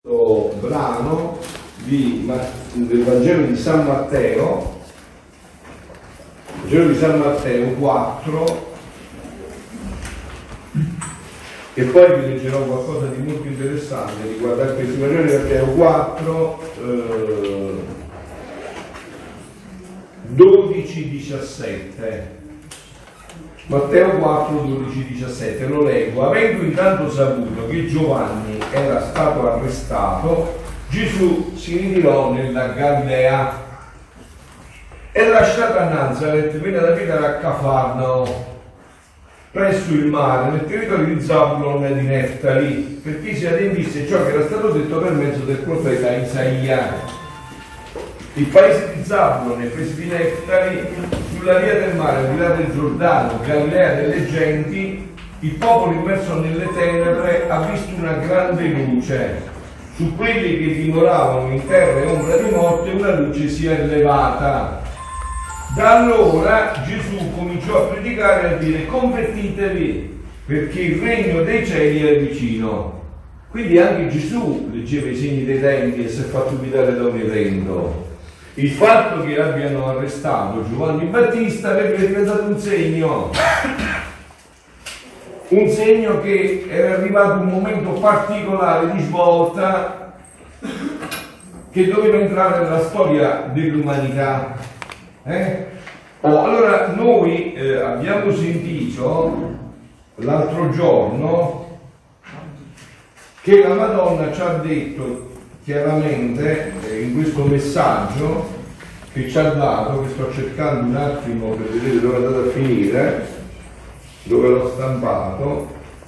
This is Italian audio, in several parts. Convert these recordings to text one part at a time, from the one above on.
Brano del Vangelo di San Matteo, Vangelo di San Matteo 4, e poi vi leggerò qualcosa di molto interessante riguardante questo Vangelo di Matteo 4, 12-17. Matteo 4, 12-17, lo leggo. Avendo intanto saputo che Giovanni era stato arrestato, Gesù si ritirò nella Galilea e lasciata Nazaret venne ad abitare a Cafarnao, presso il mare, nel territorio di Zabulon e di Neftali, perché si adempisse ciò che era stato detto per mezzo del profeta Isaia. Il paese di Zabulon e il paese di Neftali, sulla via del mare, al di là del Giordano, Galilea delle genti, il popolo immerso nelle tenebre ha visto una grande luce. Su quelli che dimoravano in terra e ombra di morte una luce si è elevata. Da allora Gesù cominciò a predicare e a dire: convertitevi, perché il regno dei cieli è vicino. Quindi anche Gesù leggeva i segni dei tempi e si è fatto guidare da un evento. Il fatto che abbiano arrestato Giovanni Battista è diventato un segno che era arrivato un momento particolare di svolta che doveva entrare nella storia dell'umanità. Allora noi abbiamo sentito l'altro giorno che la Madonna ci ha detto chiaramente in questo messaggio che ci ha dato, che sto cercando un attimo per vedere dove è andato a finire, dove l'ho stampato,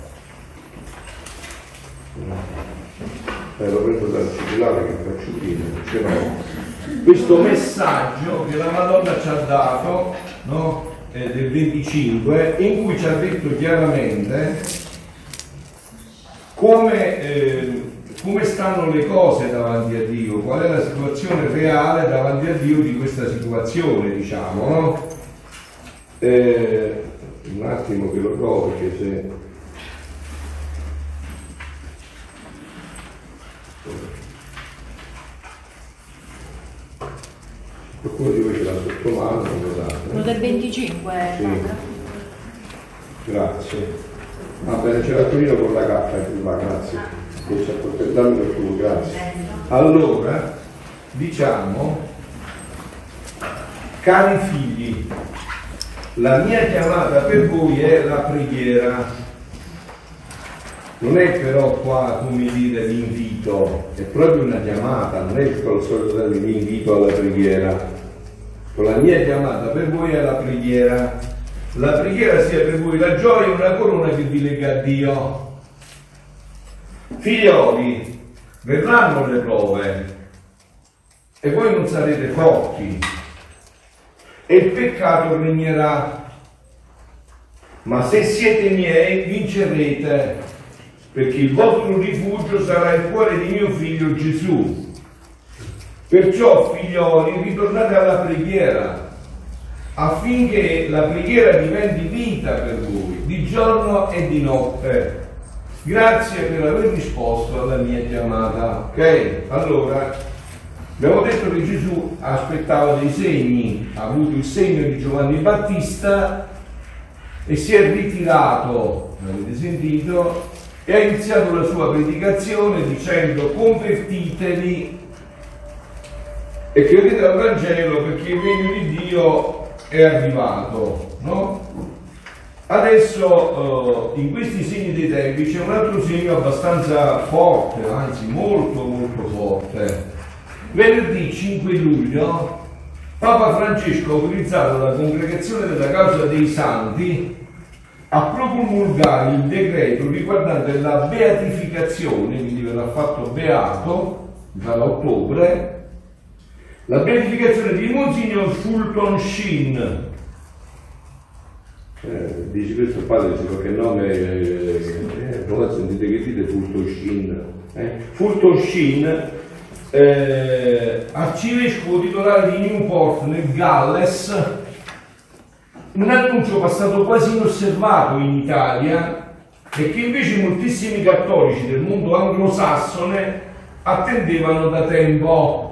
lo prendo dal cellulare che faccio prima, ce l'ho. Questo messaggio che la Madonna ci ha dato, no? Del 25, in cui ci ha detto chiaramente come stanno le cose davanti a Dio, qual è la situazione reale davanti a Dio di questa situazione, diciamo, no? Un attimo che lo trovo, perché se... Qualcuno di voi ce l'ha sotto mano, quello del 25, sì. Grazie. Va bene, c'è l'attorino con la carta qua, grazie. Dammi per tu, grazie. Allora, diciamo, cari figli, la mia chiamata per voi è la preghiera. Non è però qua, come dire, l'invito, è proprio una chiamata, non è il solito termine invito alla preghiera. La mia chiamata per voi è la preghiera. La preghiera sia per voi la gioia e una corona che vi lega a Dio. Figlioli, verranno le prove e voi non sarete forti e il peccato regnerà, ma se siete miei vincerete, perché il vostro rifugio sarà il cuore di mio figlio Gesù. Perciò, figlioli, ritornate alla preghiera, affinché la preghiera diventi vita per voi, di giorno e di notte. Grazie per aver risposto alla mia chiamata. Ok? Allora, abbiamo detto che Gesù aspettava dei segni, ha avuto il segno di Giovanni Battista e si è ritirato, l'avete sentito, e ha iniziato la sua predicazione dicendo: convertitevi e credete al Vangelo, perché il regno di Dio è arrivato, no? Adesso in questi segni dei tempi c'è un altro segno abbastanza forte, anzi molto molto forte. Venerdì 5 luglio Papa Francesco ha autorizzato la Congregazione della Causa dei Santi a promulgare il decreto riguardante la beatificazione, quindi verrà fatto beato da ottobre, la beatificazione di Monsignor Fulton Sheen. Dici questo padre, dice qualche nome, non sentite che dite Fulton Sheen. Fulton Sheen, arcivescovo titolare di Newport nel Galles, un annuncio passato quasi inosservato in Italia e che invece moltissimi cattolici del mondo anglosassone attendevano da tempo.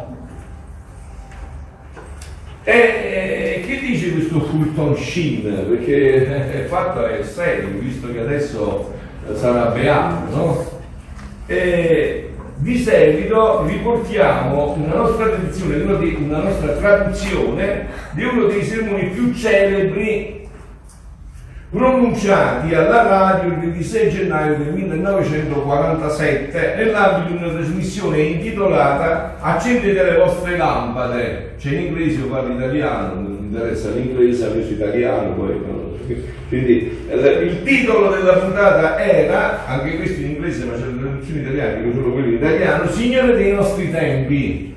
E che dice questo Fulton Sheen? Perché il fatto è serio, visto che adesso sarà beato, no? E di seguito riportiamo una nostra tradizione, una nostra traduzione di uno dei sermoni più celebri pronunciati alla radio il 26 gennaio del 1947 nell'ambito di una trasmissione intitolata Accendete le vostre lampade. C'è in inglese, io parlo italiano, non mi interessa l'inglese, ha messo italiano, poi no. Quindi il titolo della puntata era, anche questo in inglese ma c'è la traduzione italiana, dico solo quello in italiano, Signore dei nostri tempi.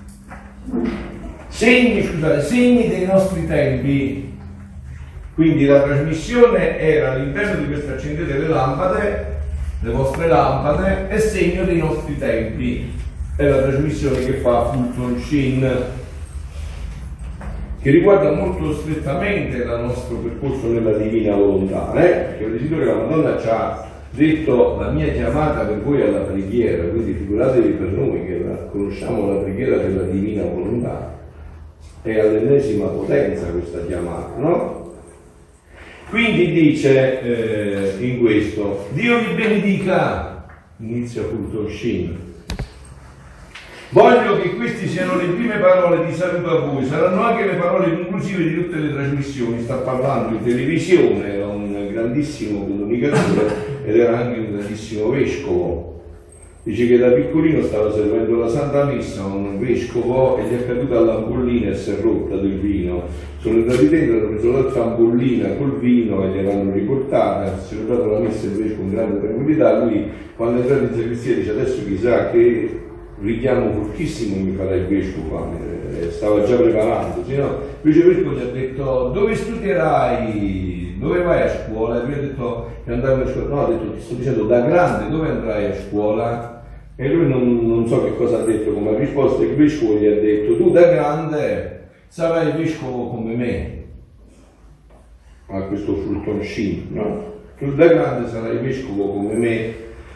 Segni dei nostri tempi. Quindi la trasmissione era all'interno di questa accendete le lampade, le vostre lampade, è segno dei nostri tempi. È la trasmissione che fa Fulton Sheen, che riguarda molto strettamente il nostro percorso nella divina volontà, perché vedete che la Madonna ci ha detto la mia chiamata per voi alla preghiera, quindi figuratevi per noi che conosciamo la preghiera della divina volontà, è all'ennesima potenza questa chiamata, no? Quindi dice in questo, Dio vi benedica, inizia Fulton Sheen. Voglio che queste siano le prime parole di saluto a voi, saranno anche le parole conclusive di tutte le trasmissioni. Sta parlando in televisione, era un grandissimo comunicatore ed era anche un grandissimo vescovo. Dice che da piccolino stava servendo la Santa Messa a un vescovo e gli è caduta l'ampollina e si è rotta del vino. Sono entrati dentro, hanno preso l'altra ampollina col vino e gliel'hanno riportata, si è celebrato la messa invece con grande tranquillità. Lui quando è entrato in sacrestia dice adesso chissà che richiamo fortissimo mi farà il vescovo, stava già preparando, se no, invece il vescovo gli ha detto dove studierai, dove vai a scuola? E lui ha detto che andavo a scuola, no, ha detto ti sto dicendo da grande dove andrai a scuola? E lui non so che cosa ha detto come risposta, il vescovo gli ha detto tu da grande sarai vescovo come me, a questo Fulton Sheen, no? Tu da grande sarai vescovo come me.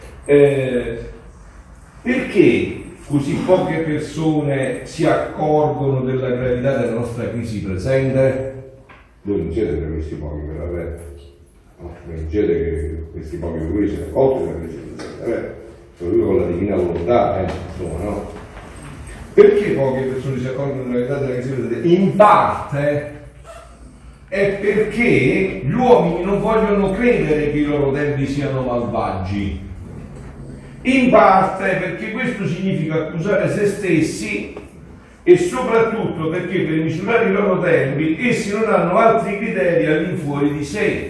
Perché così poche persone si accorgono della gravità della nostra crisi presente? Voi non siete tra questi pochi, vero? No, non siete che questi pochi per voi siete accolti della crisi presente, lui con la divina volontà, insomma, no? Perché poche persone si accorgono della gravità della crisi presente? In parte è perché gli uomini non vogliono credere che i loro tempi siano malvagi. In parte perché questo significa accusare se stessi e soprattutto perché per misurare i loro tempi essi non hanno altri criteri all'infuori di sé.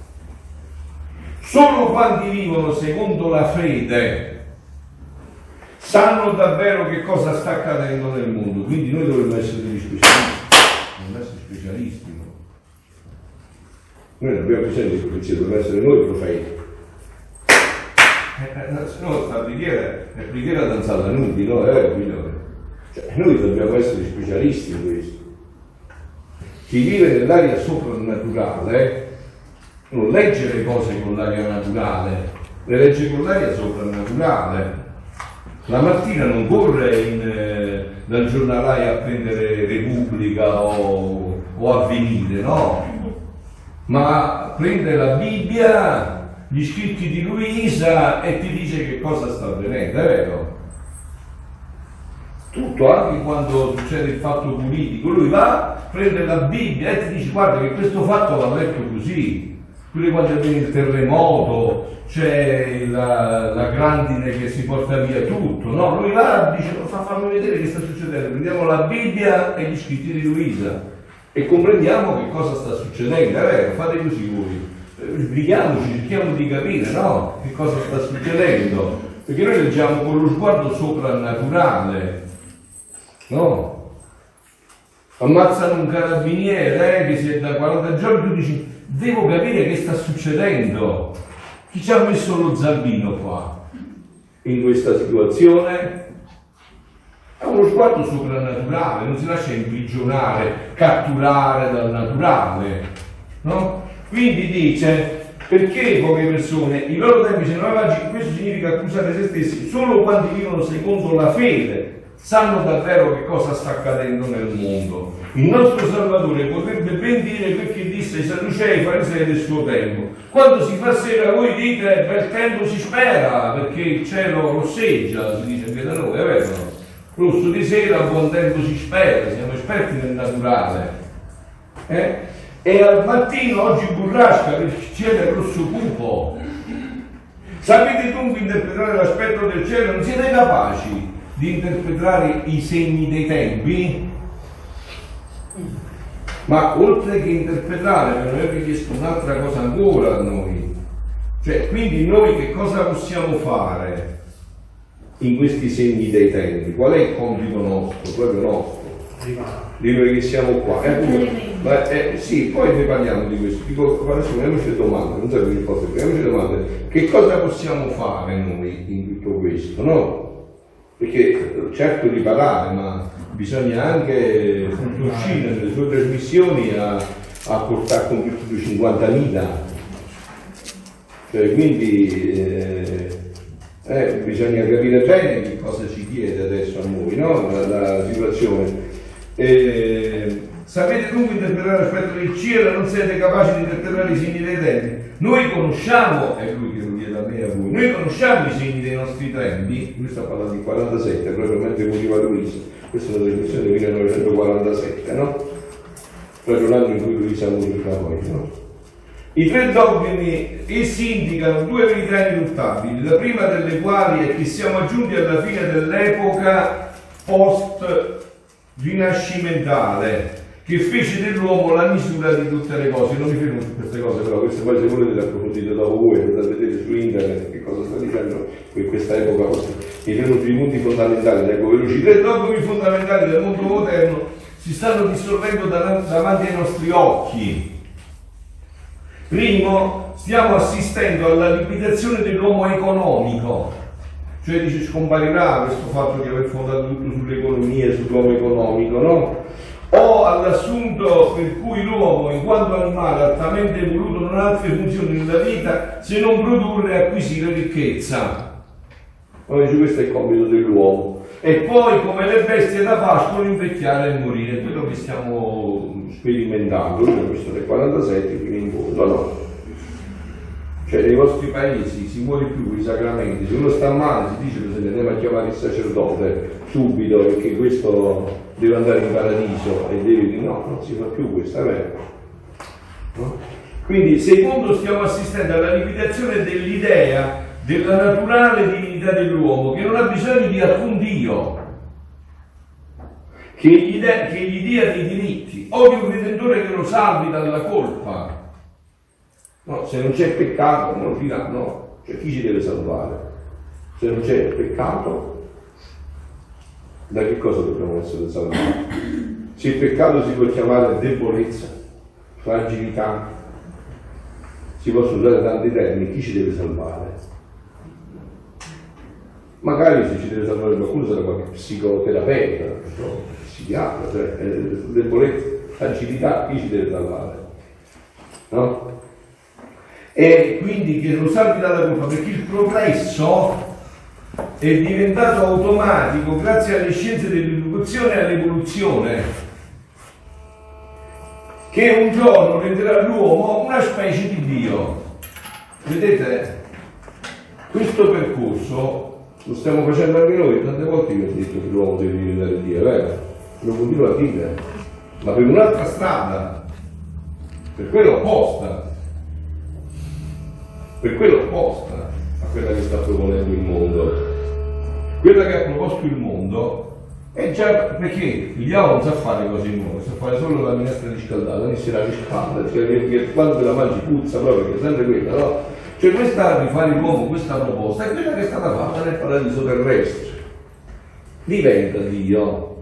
Solo quanti vivono secondo la fede sanno davvero che cosa sta accadendo nel mondo, quindi noi dovremmo essere degli specialisti, non essere specialisti. No? Noi non abbiamo bisogno di profezia, dobbiamo essere noi profeti. Se no sta preghiera danzata nudi, no? Cioè, noi dobbiamo essere specialisti in questo. Chi vive nell'area soprannaturale non legge le cose con l'aria naturale, le legge con l'aria soprannaturale. La mattina non corre dal giornalaio a prendere Repubblica o Avvenire, no? Ma prende la Bibbia, gli scritti di Luisa e ti dice che cosa sta avvenendo, è vero? Tutto, anche quando succede il fatto politico, lui va, prende la Bibbia e ti dice guarda che questo fatto va letto così, pure quando avviene il terremoto, c'è la grandine che si porta via tutto, no? Lui va, dice fammi vedere che sta succedendo, prendiamo la Bibbia e gli scritti di Luisa e comprendiamo che cosa sta succedendo, è vero? Fate così voi. Sbrighiamoci, cerchiamo di capire, no? Che cosa sta succedendo, perché noi leggiamo con lo sguardo soprannaturale, no? Ammazzano un carabiniere che si è da 40 giorni, tu dici devo capire che sta succedendo, chi ci ha messo lo zampino qua in questa situazione? Ha uno sguardo soprannaturale, non si lascia imprigionare, catturare dal naturale, no? Quindi dice Perché poche persone, i loro tempi se non avanti, questo significa accusare se stessi, solo quando vivono secondo la fede sanno davvero che cosa sta accadendo nel mondo. Il nostro Salvatore potrebbe ben dire perché disse ai Sadducei e ai Farisei del suo tempo: quando si fa sera voi dite bel tempo si spera, perché il cielo rosseggia, si dice anche da noi, è vero? Rosso di sera, buon tempo si spera, siamo esperti nel naturale. E al mattino oggi burrasca perché il cielo è rosso cupo. Sapete dunque interpretare l'aspetto del cielo? Non siete capaci di interpretare i segni dei tempi? Ma oltre che interpretare, per aver chiesto un'altra cosa ancora a noi. Cioè, quindi noi che cosa possiamo fare in questi segni dei tempi? Qual è il compito nostro, proprio nostro? Di noi che siamo qua. Sì, poi ne parliamo di questo. Dico, adesso vediamoci domande, non so che risposte, vediamoci domande. Che cosa possiamo fare noi in tutto questo, no? Perché certo di parlare, ma bisogna anche uscire nelle sue trasmissioni a portare con più di 50.000. Cioè, quindi bisogna capire bene che cosa ci chiede adesso a noi, no? La situazione. Sapete dunque interpretare l'aspetto del cielo, non siete capaci di interpretare i segni dei tempi. Noi conosciamo, è lui che lo chiede a me e a voi, noi conosciamo i segni dei nostri tempi. Lui sta parlando di 47, proprio mentre moriva Luisa. Questa è una trasmissione del 1947, no? Proprio l'anno in cui Luisa moriva poi, no? I tre dogmi essi indicano due verità ineluttabili, la prima delle quali è che siamo giunti alla fine dell'epoca post-rinascimentale, che fece dell'uomo la misura di tutte le cose. Non mi fermo su queste cose, però queste poi se volete le approfondite dopo voi, andate a vedere su internet che cosa sta dicendo in questa epoca. Mi fermo sui punti fondamentali, leggo veloci. I tre dogmi fondamentali del mondo moderno si stanno dissolvendo davanti ai nostri occhi. Primo, stiamo assistendo alla liquidazione dell'uomo economico, cioè dice scomparirà questo fatto di aver fondato tutto sull'economia, sull'uomo economico, no? O all'assunto per cui l'uomo, in quanto animale altamente evoluto, non ha altre funzioni nella vita se non produrre e acquisire ricchezza. Oggi questo è il compito dell'uomo. E poi, come le bestie da pascolo, invecchiare e morire. È quello che stiamo sperimentando. Io ho visto nel 47 fino in fondo, no? Cioè nei vostri paesi si muore più con i sacramenti. Se uno sta male si dice che andiamo a chiamare il sacerdote subito perché questo deve andare in paradiso e deve dire no, non si fa più questo, è vero? No? Quindi secondo stiamo assistendo alla liquidazione dell'idea della naturale divinità dell'uomo che non ha bisogno di alcun Dio, che gli dia dei diritti o di un redentore che lo salvi dalla colpa. No, se non c'è peccato non dirà no, cioè chi ci deve salvare? Se non c'è peccato, da che cosa dobbiamo essere salvati? Se il peccato si può chiamare debolezza, fragilità, si possono usare tanti termini, chi ci deve salvare? Magari se ci deve salvare qualcuno sarà qualche psicoterapeuta, psichiatra, cioè, debolezza, fragilità, chi ci deve salvare? No? E quindi che lo salvi dalla colpa, perché il progresso è diventato automatico grazie alle scienze dell'educazione e all'evoluzione, che un giorno renderà l'uomo una specie di Dio. Vedete? Questo percorso lo stiamo facendo anche noi. Tante volte io ho detto che l'uomo deve diventare Dio, è vero? Lo continuo a dire, ma per un'altra strada, per quella opposta. Per quello opposta a quella che sta proponendo il mondo. Quella che ha proposto il mondo è già perché il diavolo non sa fare cose nuove, sa fare solo la minestra riscaldata, ogni sera riscalda, cioè quando te la mangi puzza proprio, che è sempre quella, no? Cioè questa di fare l'uomo questa proposta è quella che è stata fatta nel paradiso terrestre. Diventa Dio.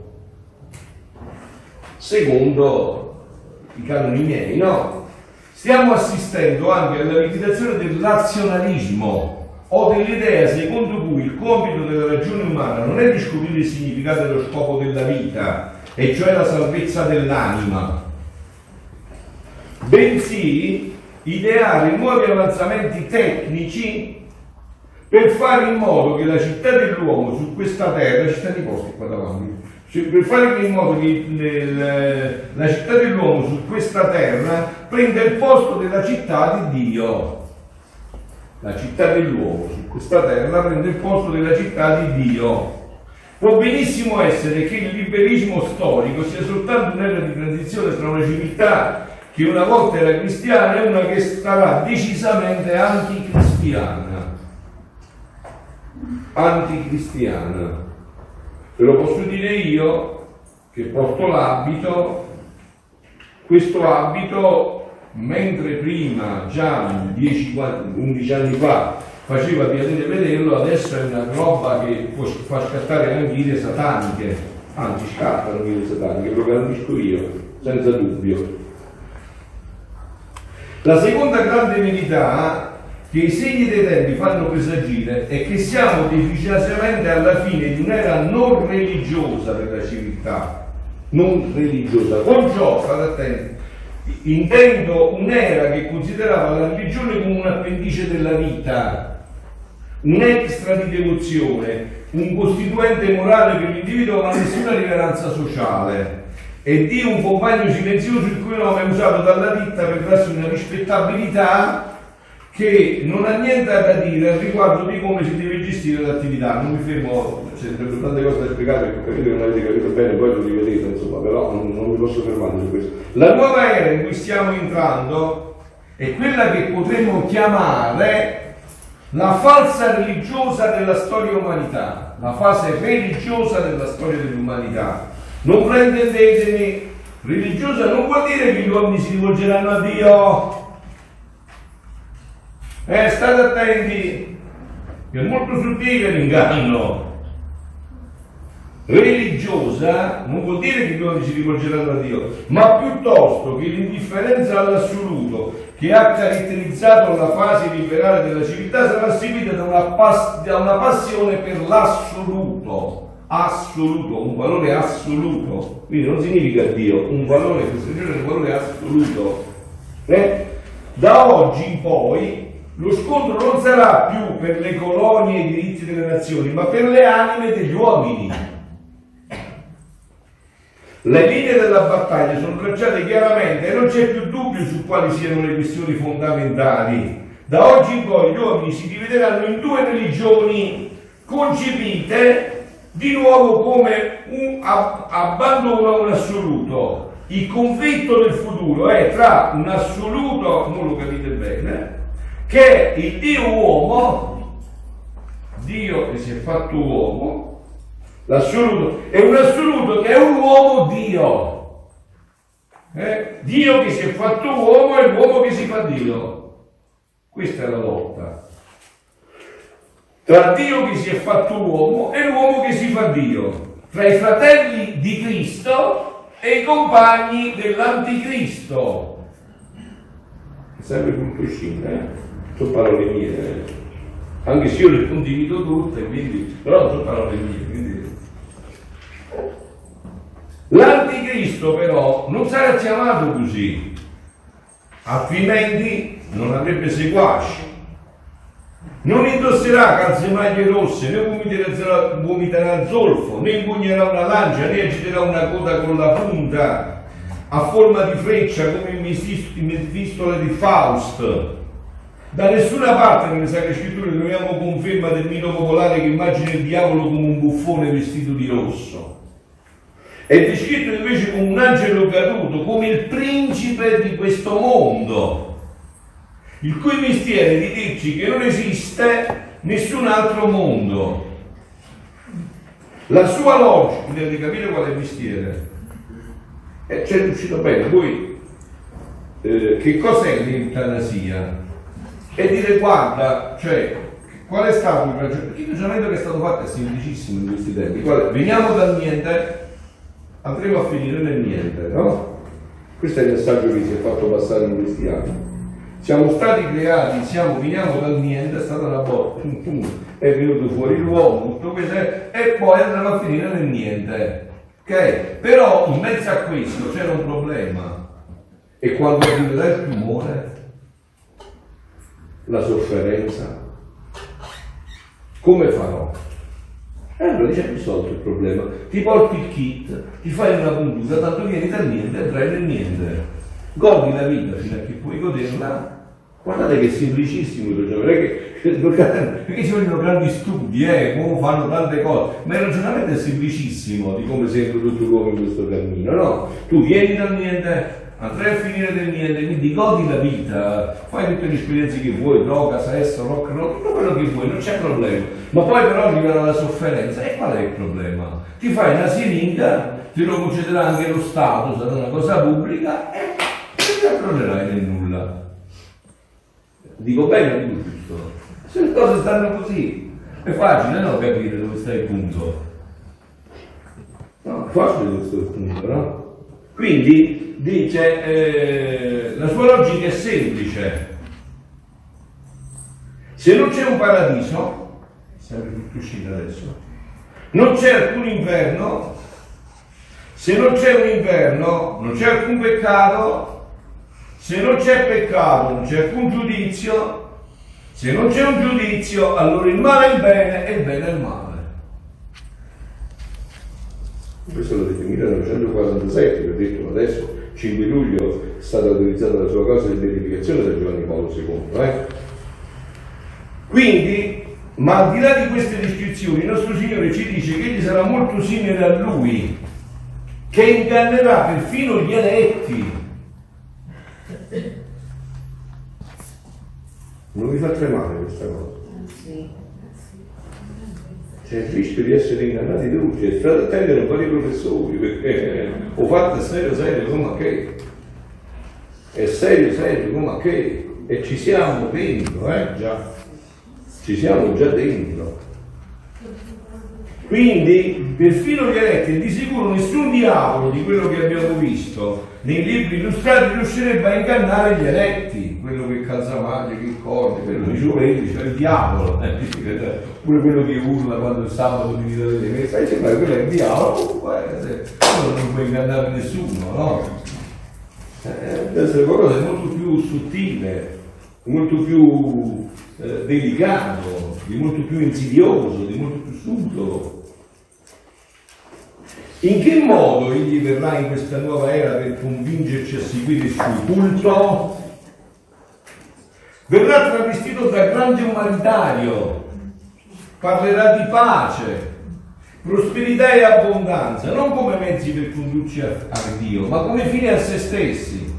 Secondo i canoni miei, no? Stiamo assistendo anche alla liquidazione del razionalismo o dell'idea secondo cui il compito della ragione umana non è di scoprire il significato e lo scopo della vita, e cioè la salvezza dell'anima, bensì ideare nuovi avanzamenti tecnici per fare in modo che la città dell'uomo su questa terra, ci stanno i posti qua davanti, per fare in modo che la città dell'uomo su questa terra prenda il posto della città di Dio. La città dell'uomo su questa terra prende il posto della città di Dio. Può benissimo essere che il liberismo storico sia soltanto un'era di transizione tra una civiltà che una volta era cristiana e una che sarà decisamente anticristiana. Anticristiana. Ve lo posso dire io che porto l'abito, questo abito, mentre prima, già 10-11 anni fa, faceva piacere vederlo, adesso è una roba che può far scattare anche idee sataniche, anzi scattano idee sataniche, lo garantisco io, senza dubbio. La seconda grande verità che i segni dei tempi fanno presagire è che siamo decisamente alla fine di un'era non religiosa della civiltà, non religiosa. Con ciò, state attenti, intendo un'era che considerava la religione come un appendice della vita, un extra di devozione, un costituente morale per l'individuo ma nessuna rilevanza sociale. E Dio un compagno silenzioso il cui nome è usato dalla ditta per darsi una rispettabilità che non ha niente da dire al riguardo di come si deve gestire l'attività. Non mi fermo, c'è tante cose da spiegare perché capite che non avete capito bene, poi lo rivedete, insomma, però non mi posso fermare su questo. La nuova era in cui stiamo entrando è quella che potremmo chiamare la falsa religiosa della storia umanità, la fase religiosa della storia dell'umanità. Non fraintendetemi, religiosa non vuol dire che gli uomini si rivolgeranno a Dio. State attenti, che è molto sottile l'inganno. Religiosa non vuol dire che gli uomini si rivolgeranno a Dio, ma piuttosto che l'indifferenza all'assoluto che ha caratterizzato la fase liberale della civiltà sarà seguita da una passione per l'assoluto. Assoluto, un valore assoluto, quindi non significa Dio, un valore, questa religione è un valore assoluto. Da oggi in poi lo scontro non sarà più per le colonie e i diritti delle nazioni, ma per le anime degli uomini. Le linee della battaglia sono tracciate chiaramente e non c'è più dubbio su quali siano le questioni fondamentali. Da oggi in poi gli uomini si divideranno in due religioni concepite di nuovo come un abbandono a un assoluto. Il conflitto del futuro è tra un assoluto, non lo capite bene, che è il Dio uomo, Dio che si è fatto uomo, l'assoluto, è un assoluto che è un uomo Dio. Dio che si è fatto uomo e l'uomo che si fa Dio. Questa è la lotta. Tra Dio che si è fatto uomo e l'uomo che si fa Dio, tra i fratelli di Cristo e i compagni dell'anticristo. Sempre punto scintille, sono parole mie, anche se io le condivido tutte, quindi, però sono parole mie. Quindi. L'anticristo però non sarà chiamato così, altrimenti non avrebbe seguaci. Non indosserà calzemaglie rosse, né vomiterà zolfo, né impugnerà una lancia, né agiterà una coda con la punta a forma di freccia come in Mefistole di Faust. Da nessuna parte nelle Sacre Scritture troviamo conferma del mito popolare che immagina il diavolo come un buffone vestito di rosso. È descritto invece come un angelo caduto, come il principe di questo mondo, il cui mestiere è di dirci che non esiste nessun altro mondo. La sua logica, dovete capire qual è il mestiere. C'è riuscito bene. Poi, che cos'è l'eutanasia? E dire, guarda, cioè, qual è stato il ragionamento? Perché il ragionamento che è stato fatto è semplicissimo in questi tempi. Veniamo dal niente, andremo a finire nel niente, no? Questo è il messaggio che si è fatto passare in questi anni. Siamo stati creati, veniamo dal niente, è stata una botta, è venuto fuori l'uomo, tutto questo, e poi andiamo a finire nel niente. Ok? Però in mezzo a questo c'era un problema. E quando arriverà il tumore? la sofferenza? Come farò? Allora dice: hai risolto il problema, ti porti il kit, ti fai una puntura, tanto vieni da niente e prendi niente, godi la vita fino a che puoi goderla. Guardate che è semplicissimo il ragionamento, perché ci vogliono grandi studi, come fanno tante cose, ma il ragionamento è semplicissimo di come sei introdotto l'uomo in questo cammino, no? Tu vieni dal niente, andrai a finire del niente, quindi godi la vita, fai tutte le esperienze che vuoi, droga, sesso, rock and roll, tutto quello che vuoi, non c'è problema. Ma poi però arriverà la sofferenza, e qual è il problema? Ti fai una siringa, ti lo concederà anche lo Stato, sarà una cosa pubblica, e ti accorgerai nel nulla. Dico bene o dico giusto? Se le cose stanno così, è facile, no, capire dove sta il punto. No, è facile dove sta il punto, no? Quindi dice, la sua logica è semplice. Se non c'è un paradiso, sempre tutto uscito adesso, non c'è alcun inverno, se non c'è un inverno, non c'è alcun peccato, se non c'è peccato, non c'è alcun giudizio, se non c'è un giudizio, allora il male è il bene e il bene è il male. Questo lo detto nel 1947, l'ho detto adesso, 5 luglio è stata autorizzata la sua causa di beatificazione da Giovanni Paolo II. Quindi, ma al di là di queste descrizioni, il nostro Signore ci dice che egli sarà molto simile a Lui, che ingannerà perfino gli eletti. Non vi fa tremare questa cosa? C'è il rischio di essere ingannati tutti, e state attenti un po' di professori, perché ho fatto serio come che è serio come che, e ci siamo dentro, già ci siamo già dentro. Quindi perfino gli eletti, e di sicuro nessun diavolo di quello che abbiamo visto nei libri illustrati riuscirebbe a ingannare gli eletti, quello che calza maglie, che corre, quello che gioventi, cioè il diavolo, pure quello che urla quando il sabato mi dite le messe, sembra che quello è il diavolo, non può ingannare nessuno, no? Deve essere qualcosa di molto più sottile, molto più delicato, di molto più insidioso, di molto più subdolo. In che modo egli verrà in questa nuova era per convincerci a seguire il suo culto? Verrà travestito da grande umanitario, parlerà di pace, prosperità e abbondanza, non come mezzi per condurci a Dio, ma come fine a se stessi.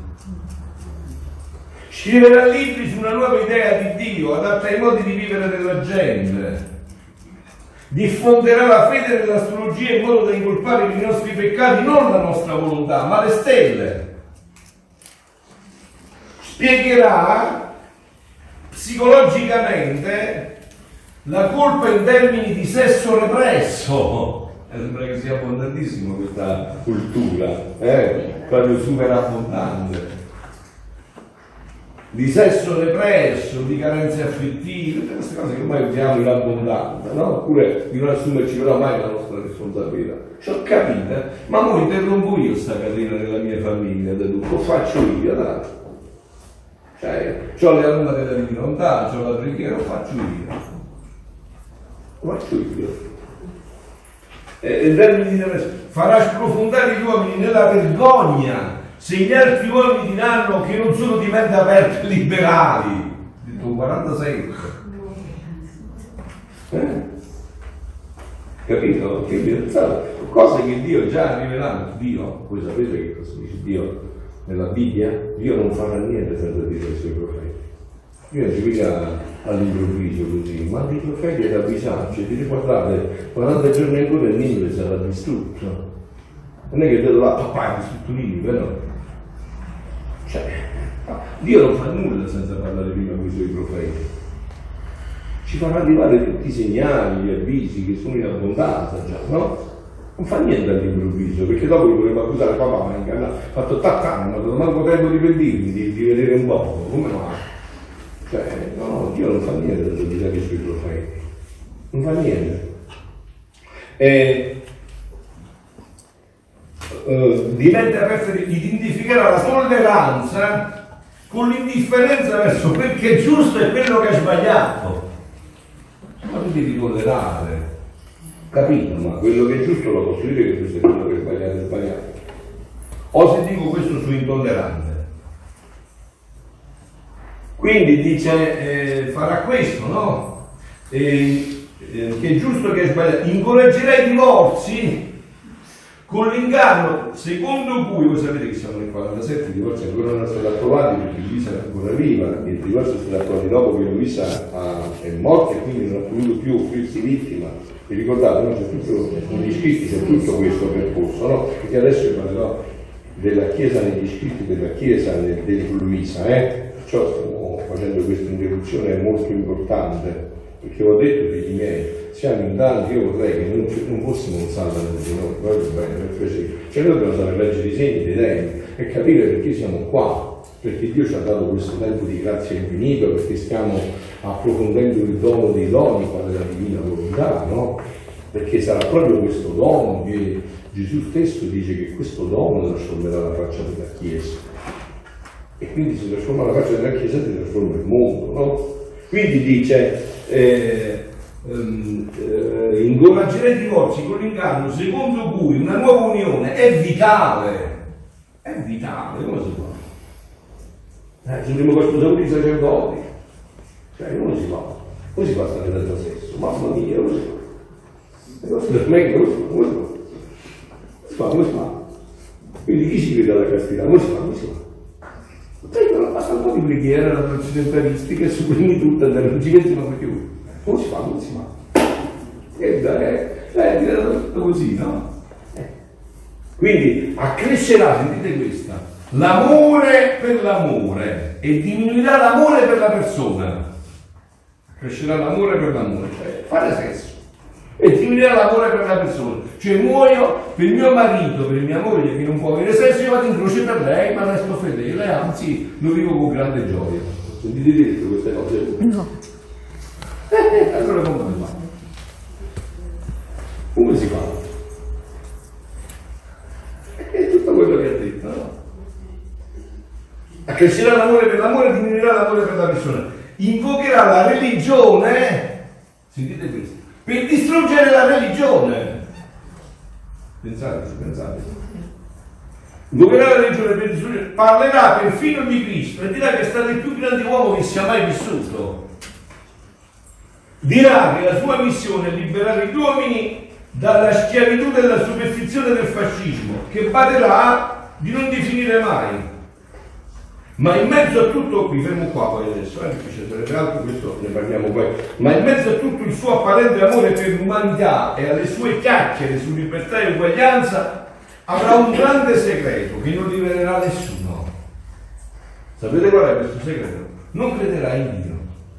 Scriverà libri su una nuova idea di Dio, adatta ai modi di vivere della gente. Diffonderà la fede dell'astrologia in modo da incolpare i nostri peccati, non la nostra volontà, ma le stelle. Spiegherà psicologicamente la colpa in termini di sesso represso. Sembra che sia abbondantissimo questa cultura, proprio super abbondante. Di sesso represso, di carenze affettive, tutte queste cose che ormai usiamo in abbondanza, no? Oppure di non assumerci però mai la nostra responsabilità. Ci ho capito, ma mo interrompo io sta catena nella mia famiglia, da tutto, lo faccio io, dai. Cioè, ho le alunne della divinità, ho la preghiera, lo faccio io. Lo faccio io. In termini di farà sprofondare gli uomini nella vergogna. Se gli altri uomini diranno che non sono di mente aperta e liberali, ho detto 47. Capito? Che pensate? Cose che Dio già ha rivelato. Dio, voi sapete che cosa dice Dio nella Bibbia? Dio non farà niente senza dire ai suoi profeti. Io non ci mica all'improvviso così, ma i profeti ad avvisarci, di guardate, 40 giorni ancora il Ninive sarà distrutto. Non è che Dio là, papà, è distrutto Ninive, no? Cioè, Dio non fa nulla senza parlare prima con i suoi profeti. Ci farà arrivare tutti i segnali, gli avvisi che sono in abbondanza già, no? Non fa niente all'improvviso, perché dopo che volevo accusare papà, ma ha fatto tattano, non manco tempo di pentirmi, di vedere un po', come no? Cioè, no, Dio non fa niente senza dire ai suoi profeti. Non fa niente. Diventa aperto, identificherà la tolleranza con l'indifferenza verso quel che è giusto e quello che è sbagliato. Ma tu devi tollerare, Capito? Ma quello che è giusto lo posso dire che questo è quello che è sbagliato è sbagliato. o se dico questo su intollerante. Quindi dice, farà questo, no? Che è giusto che è sbagliato. Incoraggerà i divorzi con l'inganno secondo cui, voi sapete che siamo nel 47, i divorzi ancora non sono stati approvati perché Luisa è ancora viva, il divorzio è stato approvato dopo che Luisa è morta e quindi non ha potuto più offrirsi vittima. Vi ricordate, no? C'è tutto, negli scritti c'è tutto questo percorso, no? Perché adesso io parlerò della Chiesa negli scritti della Chiesa di Luisa, Perciò stiamo facendo questa introduzione molto importante, perché ho detto figli miei, siamo in tanti, io vorrei che non fossimo un salva di noi, proprio bene, per piacere. Cioè noi dobbiamo sapere leggere i segni dei tempi e capire perché siamo qua, perché Dio ci ha dato questo tempo di grazia infinita, perché stiamo approfondendo il dono dei doni, quale la divina volontà, no? Perché sarà proprio questo dono che Gesù stesso dice che questo dono trasformerà la faccia della Chiesa. E quindi si trasforma la faccia della Chiesa, si trasforma il mondo, no? Quindi dice incoraggerà i divorzi con l'inganno secondo cui una nuova unione è vitale, come si fa? Sul primo corpo di sacerdoti, cioè come si fa stare senza sesso? Mamma mia, come si fa? Come si fa? Quindi chi ci crede alla castità? Come si fa? Basta un po' di preghiera, la occidentalistica, supprimi tutto, non ci pensiamo più. Come si fa? E dirà tutto così, no? Quindi accrescerà, sentite questa, l'amore per l'amore e diminuirà l'amore per la persona. Crescerà l'amore per l'amore, cioè fare sesso. E diminuirà l'amore per la persona. Cioè muoio per mio marito, per mia moglie che non può avere sesso, io vado in croce per lei, ma resto fedele, anzi lo vivo con grande gioia. Sentite detto queste cose? No. Allora come si fa? Come si fa? È tutto quello che ha detto, no? Accrescerà l'amore per l'amore e diminuirà l'amore per la persona. Invocherà la religione, sentite questo, per distruggere la religione. Pensate. Invocherà la religione per distruggere, parlerà perfino di Cristo e dirà che è stato il più grande uomo che sia mai vissuto. Dirà che la sua missione è liberare gli uomini dalla schiavitù della superstizione del fascismo, che baderà di non definire mai. Ma in mezzo a tutto, qui fermo qua poi adesso, perché ci sarebbe altro, questo ne parliamo poi, ma in mezzo a tutto il suo apparente amore per l'umanità e alle sue chiacchiere su libertà e uguaglianza, avrà un grande segreto che non rivelerà nessuno. Sapete qual è questo segreto? Non crederà in Dio.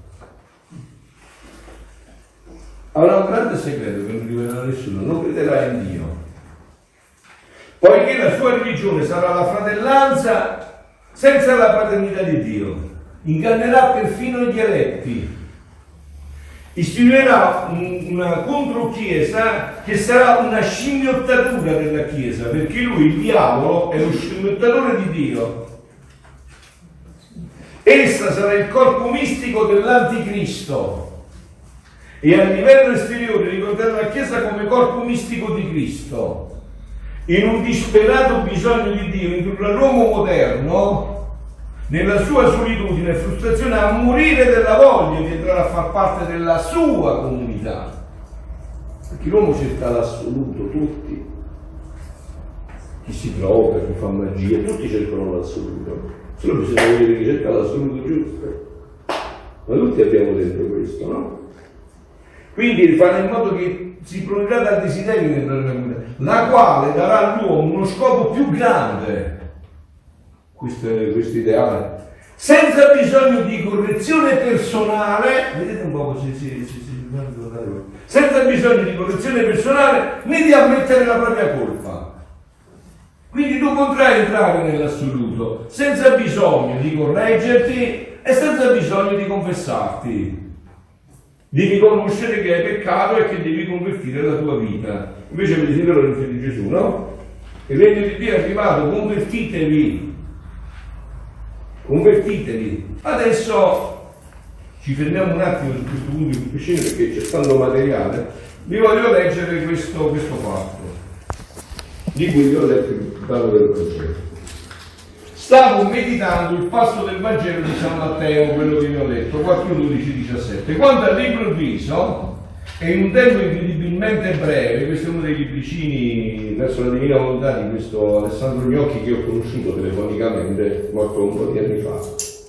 Avrà un grande segreto che non rivelerà nessuno, non crederà in Dio. Poiché la sua religione sarà la fratellanza senza la paternità di Dio, ingannerà perfino gli eletti, istituirà una controchiesa che sarà una scimmiottatura della Chiesa, perché lui, il diavolo, è lo scimmiottatore di Dio. Essa sarà il corpo mistico dell'anticristo e a livello esteriore ricorderà la Chiesa come corpo mistico di Cristo. In un disperato bisogno di Dio indurrà l'uomo moderno nella sua solitudine e frustrazione a morire della voglia di entrare a far parte della sua comunità, perché l'uomo cerca l'assoluto, tutti, chi si droga, chi fa magia, tutti cercano l'assoluto, solo bisogna vedere chi cerca l'assoluto giusto, ma tutti abbiamo dentro questo, no? Quindi fare in modo che si produrrà dal desiderio di entrare nella comunità, la quale darà all'uomo uno scopo più grande, questo ideale, senza bisogno di correzione personale, vedete un po' così, senza bisogno di correzione personale né di ammettere la propria colpa. Quindi tu potrai entrare nell'assoluto senza bisogno di correggerti e senza bisogno di confessarti, di riconoscere che hai peccato e che devi convertire la tua vita. Invece avete sentito l'annuncio di Gesù, no? Il regno di Dio è arrivato, convertitevi. convertitevi. Adesso ci fermiamo un attimo su questo punto di piscina perché c'è tanto materiale. Vi voglio leggere questo fatto di cui vi ho letto il brano del Vangelo. Stavo meditando il passo del Vangelo di San Matteo, quello che vi ho detto, 4, 12, 17. Quando all'improvviso, e in un tempo incredibilmente breve, questo è uno dei libricini verso la Divina Volontà di questo Alessandro Gnocchi che ho conosciuto telefonicamente, morto un po' di anni fa,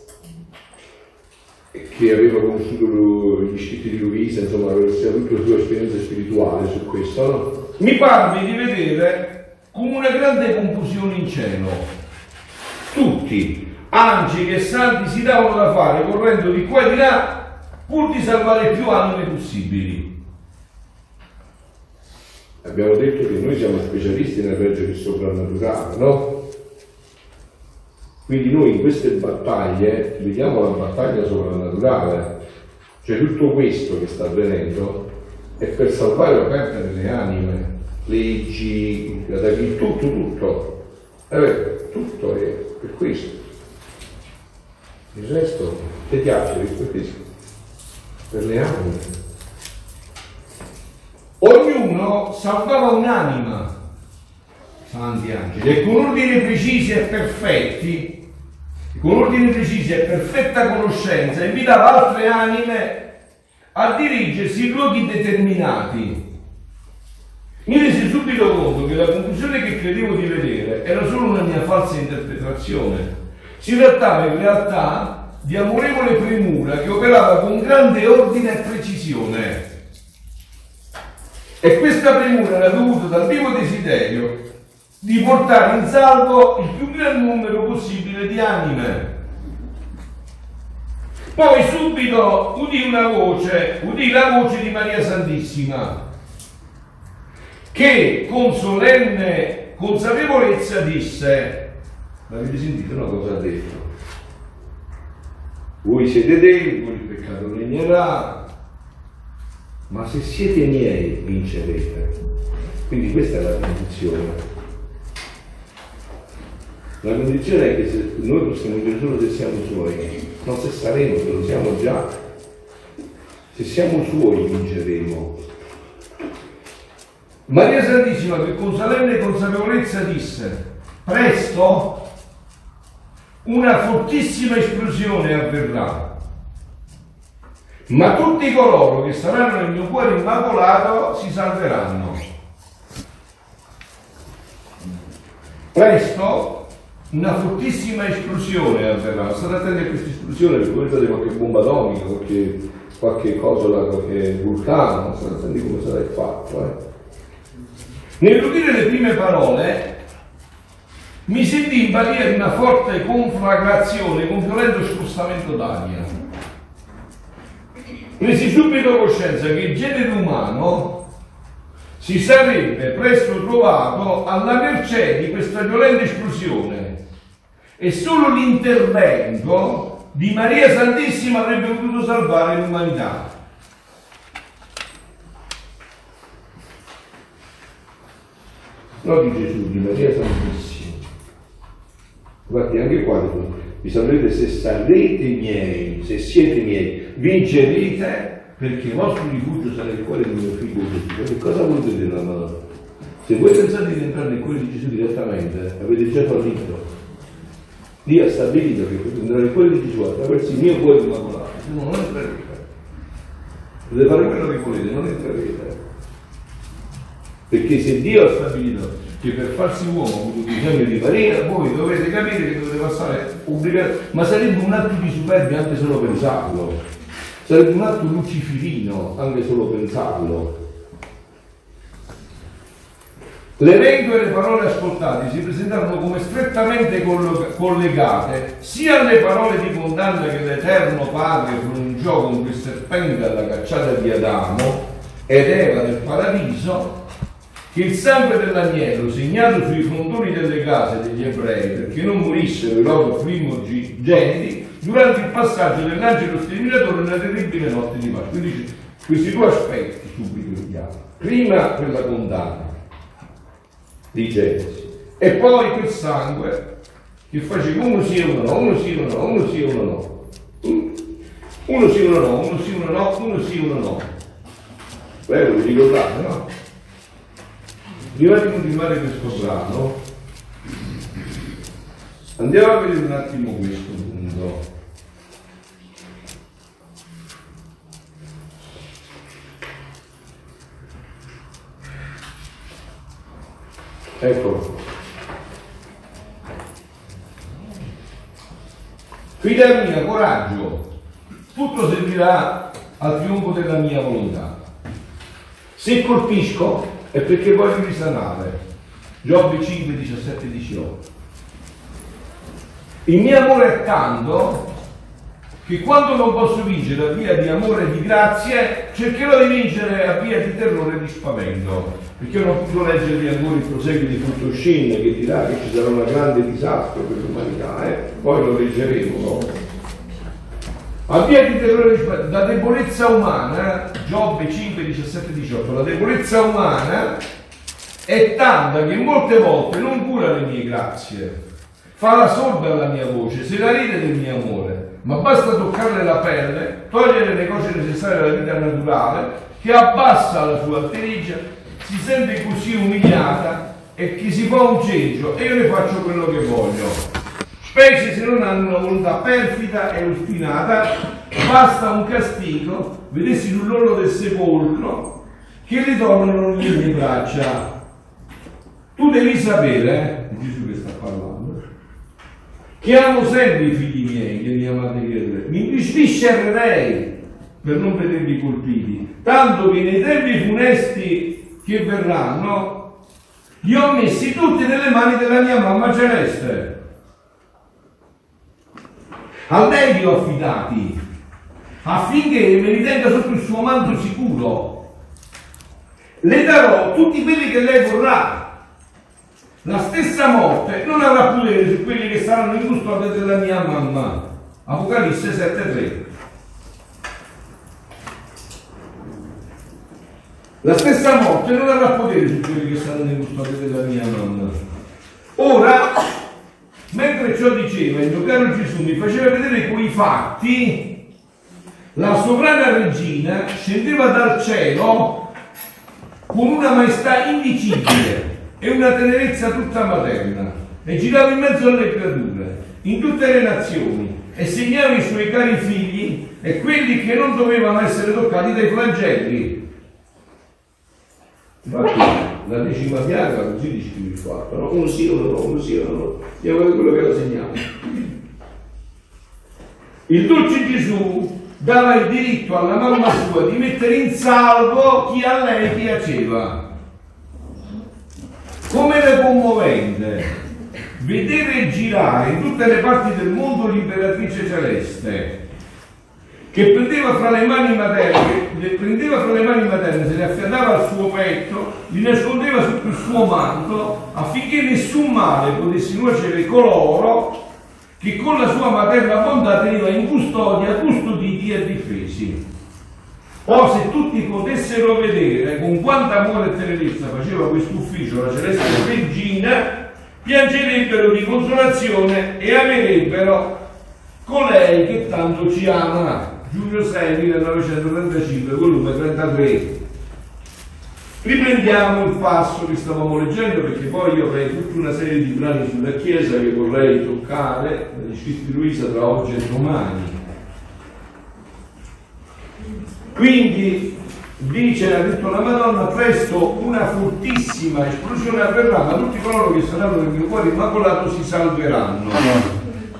che aveva conosciuto gli scritti di Luisa, insomma, aveva avuto la sua esperienza spirituale su questo, no? Mi parve di vedere come una grande confusione in cielo. Tutti, angeli e santi, si davano da fare correndo di qua e di là pur di salvare più anime possibili. Abbiamo detto che noi siamo specialisti nel reggere il soprannaturale, no? Quindi noi in queste battaglie vediamo la battaglia soprannaturale, cioè tutto questo che sta avvenendo è per salvare la perdita delle anime, leggi, tutto. Tutto è per questo. Il resto ti piace per questo, per le anime. Ognuno salvava un'anima, santi angeli, e con ordini precisi e perfetti, con ordini precisi e perfetta conoscenza, invitava altre anime a dirigersi in luoghi determinati. Mi resi subito conto che la conclusione che credevo di vedere era solo una mia falsa interpretazione. Si trattava in realtà di amorevole premura che operava con grande ordine e precisione. E questa premura era dovuta dal vivo desiderio di portare in salvo il più gran numero possibile di anime. Poi subito udì la voce di Maria Santissima, che con solenne consapevolezza disse, l'avete sentito, no, cosa ha detto? Voi siete deboli, il peccato regnerà, ma se siete miei vincerete. Quindi questa è la condizione. La condizione è che noi possiamo dire solo se siamo suoi, non se saremo, se lo siamo già. Se siamo suoi vinceremo. Maria Santissima, che con solenne consapevolezza disse, presto una fortissima esplosione avverrà, ma tutti coloro che saranno nel mio cuore immacolato si salveranno. Presto una fortissima esplosione avverrà. State attenti a questa esplosione, perché vedete qualche bomba atomica, qualche cosa, qualche vulcano, state attenti come sarà il fatto, Nell'udire le prime parole mi sentì impallire una forte conflagrazione con violento spostamento d'aria. Presi subito coscienza che il genere umano si sarebbe presto trovato alla mercé di questa violenta esplosione e solo l'intervento di Maria Santissima avrebbe potuto salvare l'umanità. No, di Gesù, di Maria Santissima. Infatti anche qua vi saprete se sarete miei, se siete miei, vincerete, perché il vostro rifugio sarà il cuore di mio figlio Gesù. Che cosa volete dire la Madonna? Se voi pensate di entrare nel cuore di Gesù direttamente, avete già fallito. Dio ha stabilito che potete entrare nel cuore di Gesù attraverso il mio cuore immacolato. Non entrerete. Potete fare quello che volete, non entrerete. Perché se Dio ha stabilito che per farsi uomo ha avuto bisogno di Maria, voi dovete capire che dovete passare obbligati, ma sarebbe un atto di superbia anche solo pensarlo, sarebbe un atto lucifirino anche solo pensarlo. L'elenco e le parole ascoltate si presentarono come strettamente collegate sia alle parole di condanna che l'Eterno Padre pronunciò con quel serpente alla cacciata di Adamo ed Eva nel paradiso, che il sangue dell'agnello segnato sui frontoni delle case degli ebrei perché non morissero i loro primogeniti durante il passaggio dell'angelo sterminatore nella terribile notte di Pasqua. Quindi questi due aspetti subito vediamo. Prima quella condanna di Genesi e poi quel sangue che faceva uno sì, uno no, uno sì, uno no, uno sì, uno no. Uno sì, uno no, uno sì, uno no, uno sì, uno no. Bello, vi ricordate, no? Prima di continuare questo brano, andiamo a vedere un attimo questo punto. Eccolo. Figlia mia, coraggio, tutto servirà al trionfo della mia volontà. Se colpisco è perché voglio risanare. Giobbe 5, 17, 18. Il mio amore è tanto che quando non posso vincere a via di amore e di grazie, cercherò di vincere a via di terrore e di spavento. Perché io non posso leggervi ancora il proseguio di Fultoscin che dirà che ci sarà un grande disastro per l'umanità, poi lo leggeremo, no? A via di terrore e di spavento, la debolezza umana, Giobbe 5, 17, 18, la debolezza umana è tanta che molte volte non cura le mie grazie, fa la sorda alla mia voce, se la ride del mio amore, ma basta toccarle la pelle, togliere le cose necessarie alla vita naturale, che abbassa la sua alterigia, si sente così umiliata e che si fa un cencio e io ne faccio quello che voglio. Specie se non hanno una volontà perfida e ostinata, basta un castigo, vedessi sull'orlo del sepolcro, che ritornano nelle mie braccia. Tu devi sapere, Gesù che sta parlando, che amo sempre i figli miei, che mi amate credere, mi sviscererei per non vederli colpiti, tanto che nei tempi funesti che verranno, li ho messi tutti nelle mani della mia mamma celeste. A lei li ho affidati, affinché me li tenga sotto il suo manto sicuro. Le darò tutti quelli che lei vorrà. La stessa morte non avrà potere su quelli che saranno in custodia della mia mamma. Apocalisse 7,3. La stessa morte non avrà potere su quelli che saranno in custodia della mia mamma. Ora, mentre ciò diceva, il mio caro Gesù mi faceva vedere quei fatti, la sovrana regina scendeva dal cielo con una maestà indicibile e una tenerezza tutta materna, e girava in mezzo alle creature, in tutte le nazioni, e segnava i suoi cari figli e quelli che non dovevano essere toccati dai flagelli. Infatti la 10ª piaga così descrive il fatto, no? Uno sì, uno no, uno sì, uno no. Andiamo a vedere quello che era segnato. Il dolce Gesù dava il diritto alla mamma sua di mettere in salvo chi a lei piaceva. Come era commovente vedere girare in tutte le parti del mondo l'imperatrice celeste, che prendeva fra le mani materne, se le affiatava al suo petto, li nascondeva sotto il suo manto, affinché nessun male potesse nuocere coloro che con la sua materna bontà teneva in custodia, custoditi e difesi. O se tutti potessero vedere con quanta amore e tenerezza faceva questo ufficio la celeste regina, piangerebbero di consolazione e amerebbero colei che tanto ci ama. Giugno 6, 1935, volume 33. Riprendiamo il passo che stavamo leggendo, perché poi io avrei tutta una serie di brani sulla Chiesa che vorrei toccare, negli scritti di Luisa tra oggi e domani. Quindi dice, ha detto la Madonna, presto una fortissima esplosione avverrà, ma tutti coloro che saranno nel mio cuore immacolato si salveranno.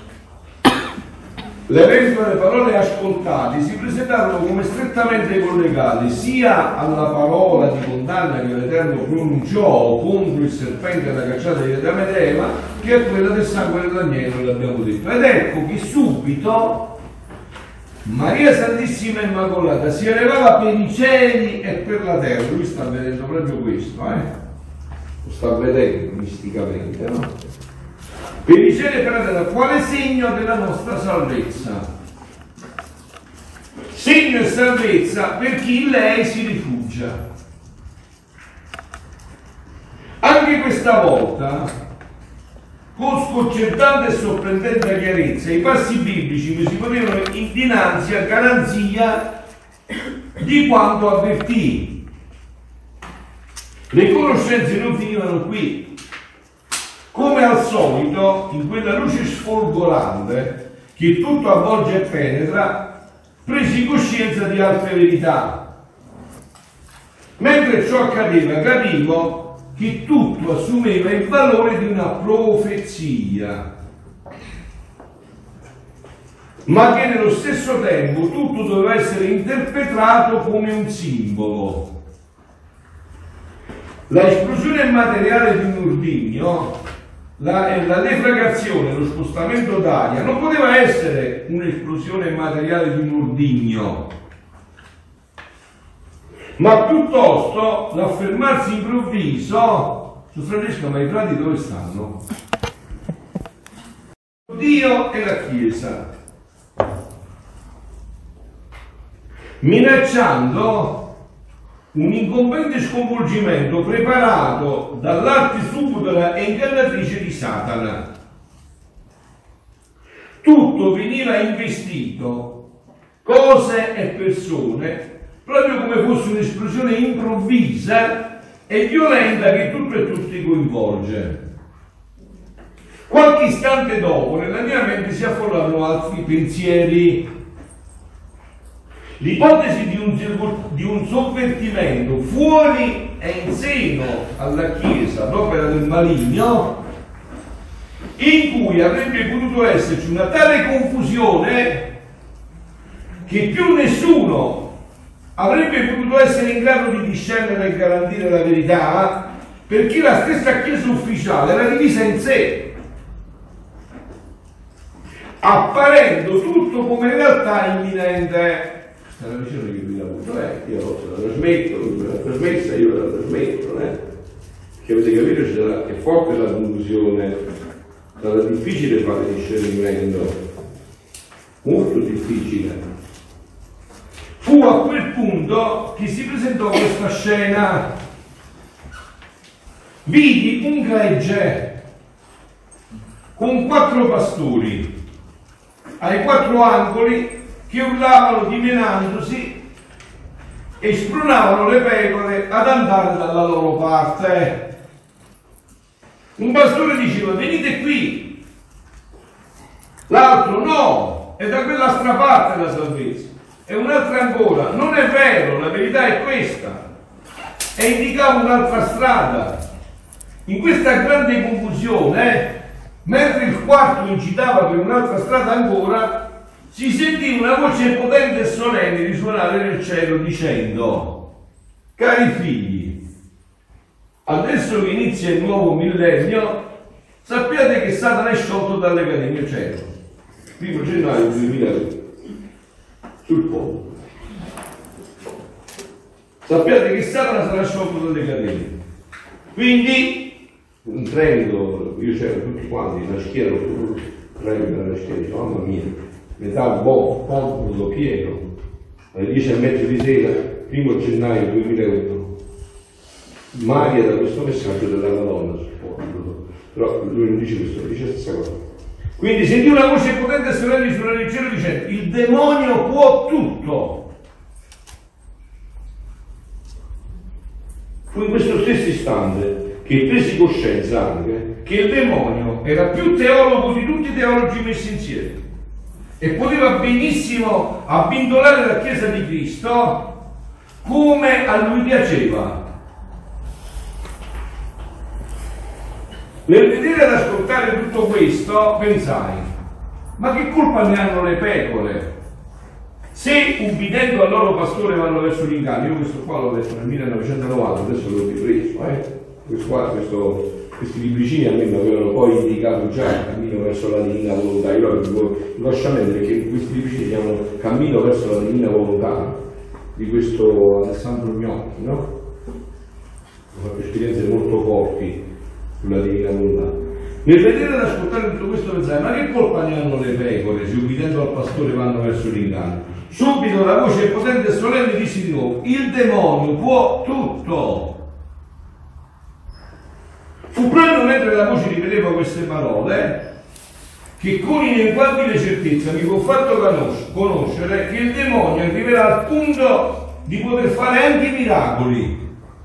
L'evento e le parole ascoltate si presentarono come strettamente collegate sia alla parola di condanna che l'Eterno pronunciò contro il serpente e la cacciata di Adamo ed Eva, che a quella del sangue dell'agnello, l'abbiamo detto. Ed ecco che subito Maria Santissima Immacolata si elevava per i cieli e per la terra. Lui sta vedendo proprio questo, lo sta vedendo misticamente, no? Per i cieli e per la terra, quale segno della nostra salvezza? Segno e salvezza per chi in lei si rifugia. Anche questa volta con sconcertante e sorprendente chiarezza i passi biblici che si ponevano dinanzi a garanzia di quanto avvertì. Le conoscenze non finivano qui. Come al solito, in quella luce sfolgorante che tutto avvolge e penetra, presi coscienza di altre verità. Mentre ciò accadeva, capivo che tutto assumeva il valore di una profezia, ma che nello stesso tempo tutto doveva essere interpretato come un simbolo. La esplosione materiale di un ordigno, la deflagrazione, lo spostamento d'aria, non poteva essere un'esplosione materiale di un ordigno, ma piuttosto l'affermarsi improvviso. Su Francesco, ma i frati dove stanno? Dio e la Chiesa, minacciando un incombente sconvolgimento preparato dall'arte subdola e ingannatrice di Satana. Tutto veniva investito, cose e persone, proprio come fosse un'esplosione improvvisa e violenta che tutto e tutti coinvolge. Qualche istante dopo nella mia mente si affollarono altri pensieri. L'ipotesi di un sovvertimento fuori e in seno alla Chiesa, l'opera del maligno, in cui avrebbe potuto esserci una tale confusione che più nessuno avrebbe potuto essere in grado di discernere e garantire la verità, perché la stessa Chiesa ufficiale era divisa in sé, apparendo tutto come in realtà imminente. È una visione che vi lavoro, io la trasmetto, lui me l'ha trasmessa, io la trasmetto, che avete capito, è forte la confusione, sarà difficile fare discernimento, molto difficile. Fu a quel punto che si presentò questa scena. Vidi un gregge con 4 pastori ai 4 angoli che urlavano dimenandosi e spronavano le pecore ad andare dalla loro parte. Un pastore diceva: venite qui, l'altro no, è da quell'altra parte la salvezza, e un'altra ancora: non è vero, la verità è questa, e indicava un'altra strada. In questa grande confusione, mentre il quarto incitava per un'altra strada ancora, si sentì una voce potente e solenne risuonare nel cielo dicendo: cari figli, adesso che inizia il nuovo millennio, sappiate che Satana è sciolto dall'Accademia Cielo. 1 gennaio 2020, sul fondo. Sappiate che Satana sarà sciolto dall'Accademia. Quindi, entrando, io c'ero tutti quanti, la schiera, la schiera, mamma mia, metà popolo pieno, alle 10:30 di sera, 1 gennaio 2001, Maria da questo messaggio della Madonna, però lui non dice questo, dice la stessa cosa. Quindi sentì una voce potente e solenne suonare il cielo dicendo: il demonio può tutto. Fu in questo stesso istante che presi coscienza anche che il demonio era più teologo di tutti i teologi messi insieme e poteva benissimo abbindolare la Chiesa di Cristo come a lui piaceva. Nel vedere ed ascoltare tutto questo pensai: ma che colpa ne hanno le pecore? Se ubbidendo al loro pastore vanno verso l'inganno, io questo qua l'ho letto nel 1990, adesso l'ho ripreso, questi libricini a me mi avevano poi indicato già il cammino verso la divina volontà. Io avevo inconsciamente, perché questi libricini si chiamano Cammino verso la divina volontà, di questo Alessandro Gnocchi, no? Ho fatto esperienze molto forti sulla divina volontà. Nel vedere ed ascoltare tutto questo pensai: ma che colpa ne hanno le pecore se ubbidendo al pastore vanno verso l'inganno? Subito la voce potente e solenne disse di nuovo: il demonio può tutto. Fu proprio mentre la voce ripeteva queste parole che con ineffabile certezza mi fu fatto conoscere che il demonio arriverà al punto di poter fare anche miracoli.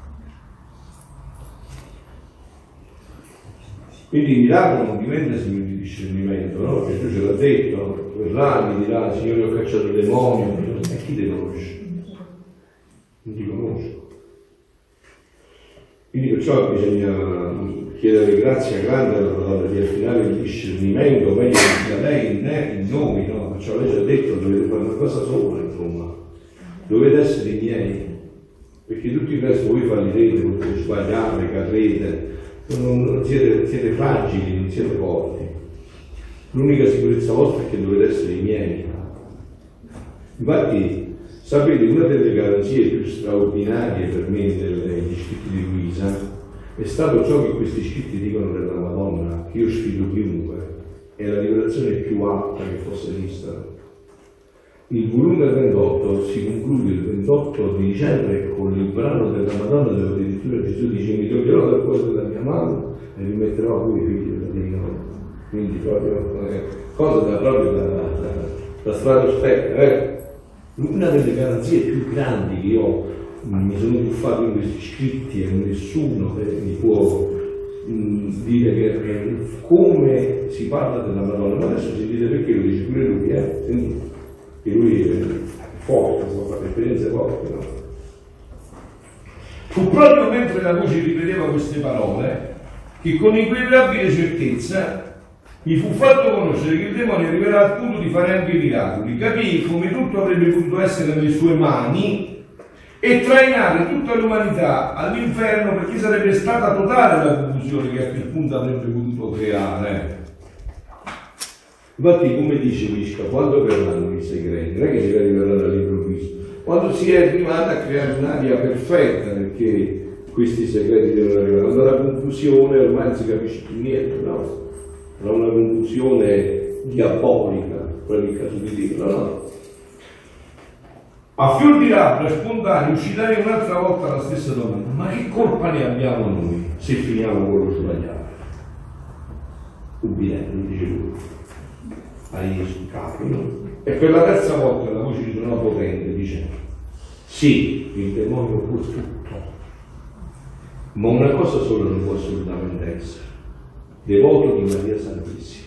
Quindi il miracolo non diventa segno di discernimento, no? Perché Gesù ce l'ha detto, verrà, mi dirà, Signore, ho cacciato il demonio, e chi ti conosce? Non ti conosco. Quindi perciò bisogna chiedere grazia grande alla parola di affinare il discernimento, meglio da lei in noi, no? Perciò lei ci ha detto, dovete fare una cosa sola, insomma, dovete essere i miei, perché tutti il resto voi fallirete, potete sbagliare, cadrete, non siete fragili, non siete forti. L'unica sicurezza vostra è che dovete essere i miei. Infatti, sapete, una delle garanzie più straordinarie per me degli scritti di Luisa è stato ciò che questi scritti dicono della Madonna, che io sfido chiunque, è la rivelazione più alta che fosse vista. Il volume 38 si conclude il 28 di dicembre con il brano della Madonna, dove addirittura Gesù dice: mi toglierò dal cuore della mia mano e vi metterò a voi figli della mia mano. Quindi proprio cosa da stratosfera, Una delle garanzie più grandi che io mi sono tuffato in questi scritti e nessuno mi può dire che come si parla della Madonna. Ma adesso sentite perché lo dice pure lui, sentite, che lui è forte, può fare esperienze forti, no? Fu proprio mentre la voce ripeteva queste parole che con inqualificabile certezza mi fu fatto conoscere che il demonio arriverà al punto di fare anche miracoli. Capii come tutto avrebbe potuto essere nelle sue mani e trainare tutta l'umanità all'inferno, perché sarebbe stata totale la confusione che a quel punto avrebbe potuto creare. Infatti, come dice Visca, quando verranno i segreti, non è che si arriveranno all'improvviso, quando si è arrivata a creare un'aria perfetta, perché questi segreti devono arrivare, quando la confusione ormai non si capisce più niente, no? Era una confusione diabolica, quello il caso di Dio, no? A fior di labbra spontaneo uscirei un'altra volta la stessa domanda: ma che colpa ne abbiamo noi se finiamo con lo sbagliato? Ubbidiente, dice lui, ai capi, no? E per la terza volta la voce risuonò potente, dice: sì, il demonio può tutto, ma una cosa sola non può assolutamente essere: devoto di Maria Santissima.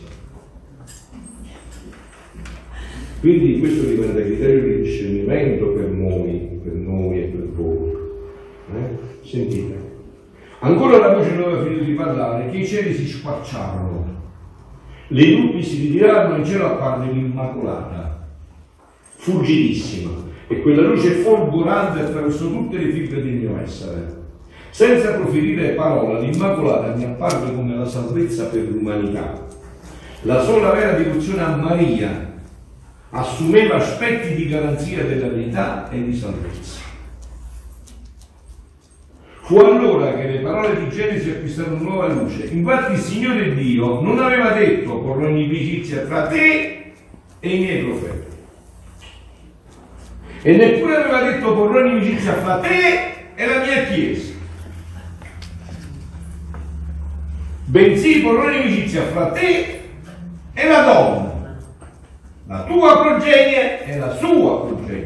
Quindi questo diventa criterio di discernimento per noi e per voi. Sentite. Ancora la voce non aveva finito di parlare che i cieli si squarciarono, le nubi si ritirarono, in cielo apparve l'Immacolata, fulgidissima, e quella luce folgorante attraversò tutte le fibre del mio essere. Senza proferire parola, l'Immacolata mi apparve come la salvezza per l'umanità. La sola vera devozione a Maria assumeva aspetti di garanzia della verità e di salvezza. Fu allora che le parole di Genesi acquistarono nuova luce. Infatti il Signore Dio non aveva detto: porrò inimicizia tra te e i miei profeti, e neppure aveva detto: porrò inimicizia fra te e la mia Chiesa, bensì porrò inimicizia fra te e la donna, la tua progenie e la sua progenie.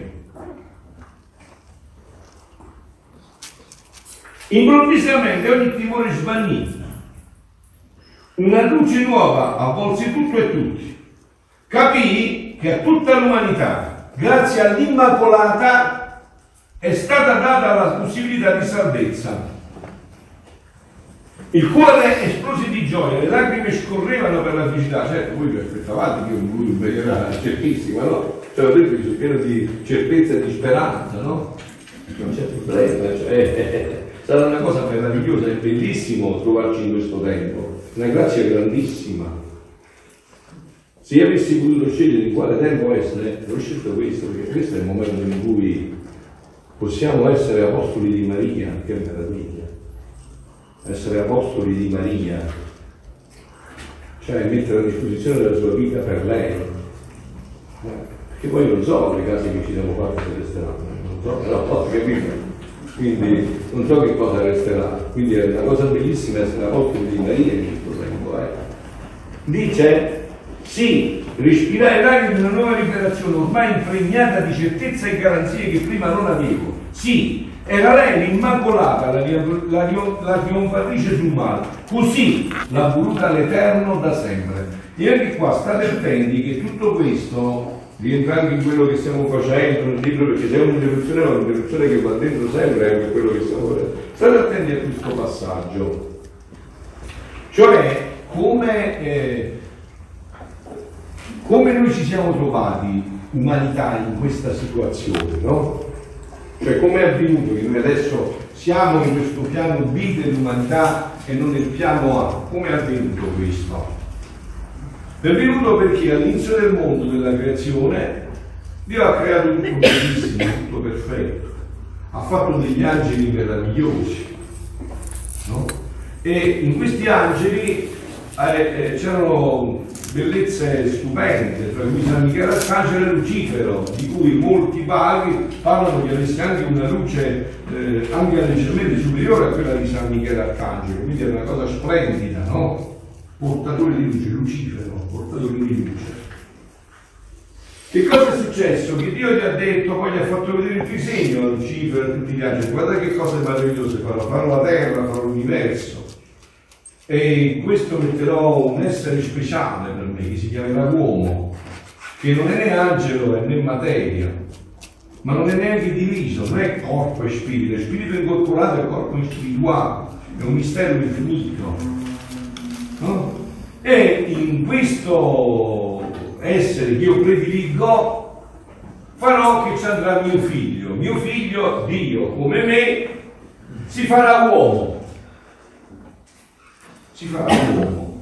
Improvvisamente ogni timore svanì, una luce nuova avvolse tutto e tutti. Capii che a tutta l'umanità, grazie all'Immacolata, è stata data la possibilità di salvezza. Il cuore esplose di gioia, le lacrime scorrevano per la felicità. Certo, voi vi aspettavate che lui era certissimo, no? Cioè, ho detto che sono pieno di certezza e di speranza, no? Non c'è problema, sarà una cosa meravigliosa, è bellissimo trovarci in questo tempo, una grazia grandissima. Se io avessi potuto scegliere in quale tempo essere, avrei scelto questo, perché questo è il momento in cui possiamo essere apostoli di Maria. Che meraviglia! Essere apostoli di Maria, cioè mettere a disposizione della sua vita per lei, perché poi non so le case che ci siamo fatte se resteranno, non so, però capito? Quindi non so che cosa resterà, quindi è una cosa bellissima essere apostoli di Maria in questo tempo. Dice, sì, respirare l'aria di una nuova liberazione ormai impregnata di certezza e garanzie che prima non avevo. Sì, era lei l'immacolata, la trionfatrice sul male. Così l'ha voluta l'Eterno da sempre. E anche qua state attenti che tutto questo rientra anche in quello che stiamo facendo nel libro, perché c'è un'interruzione, ma un'interruzione che va dentro sempre anche quello che stiamo facendo. State attenti a questo passaggio. Cioè, come noi ci siamo trovati umanità in questa situazione, no? Cioè come è avvenuto che noi adesso siamo in questo piano B dell'umanità e non nel piano A? Come è avvenuto questo? È avvenuto perché all'inizio del mondo, della creazione, Dio ha creato tutto bellissimo, tutto perfetto, ha fatto degli angeli meravigliosi, no? E in questi angeli c'erano bellezze stupende, tra cui San Michele Arcangelo e Lucifero, di cui molti padri parlano che avesse anche una luce anche leggermente superiore a quella di San Michele Arcangelo, quindi è una cosa splendida, no? Portatore di luce, Lucifero, portatore di luce. Che cosa è successo? Che Dio gli ha detto, poi gli ha fatto vedere il disegno a Lucifero e a tutti gli angeli, guarda che cose meravigliose farò la terra, farò l'universo. E in questo metterò un essere speciale per me, che si chiamerà uomo, che non è né angelo né materia, ma non è neanche diviso, non è corpo e spirito incorporato è corpo spirituale, è un mistero infinito, no? E in questo essere che io prediligo farò che ci andrà mio figlio, Dio come me, si farà uomo. Si farà uomo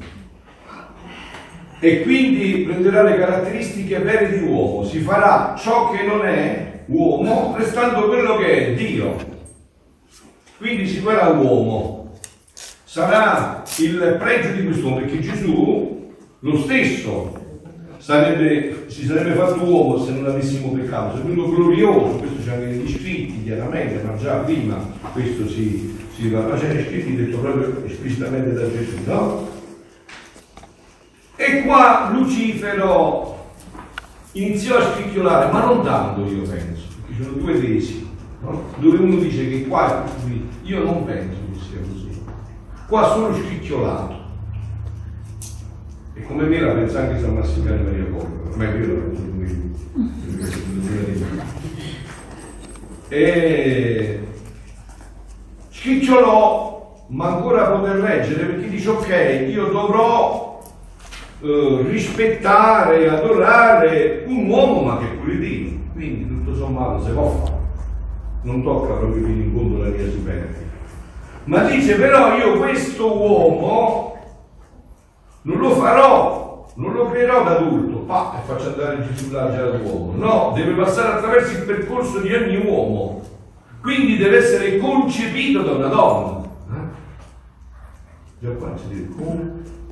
e quindi prenderà le caratteristiche vere di uomo, si farà ciò che non è uomo restando quello che è Dio, quindi si farà uomo, sarà il pregio di quest'uomo, perché Gesù lo stesso si sarebbe fatto uomo se non avessimo peccato, sarebbe venuto glorioso, questo c'è anche negli scritti chiaramente, ma già prima questo ma c'è scritto detto proprio esplicitamente da Gesù, no? E qua Lucifero iniziò a scricchiolare, ma non tanto, io penso, perché ci sono due tesi, no? Dove uno dice che qua, io non penso che sia così, qua solo scricchiolato, e come me la pensa anche San Massimiliano Maria Collo, ma io la penso e scricciolò, ma ancora poter leggere, perché dice ok, io dovrò rispettare, adorare un uomo, ma che pure Dio, quindi tutto sommato si può fare, non tocca proprio fino in fondo la mia superbia, ma dice però io questo uomo non lo farò, non lo creerò da adulto, e faccio andare Gesù là già da uomo, no, deve passare attraverso il percorso di ogni uomo, quindi deve essere concepito da una donna. Già qua si dice come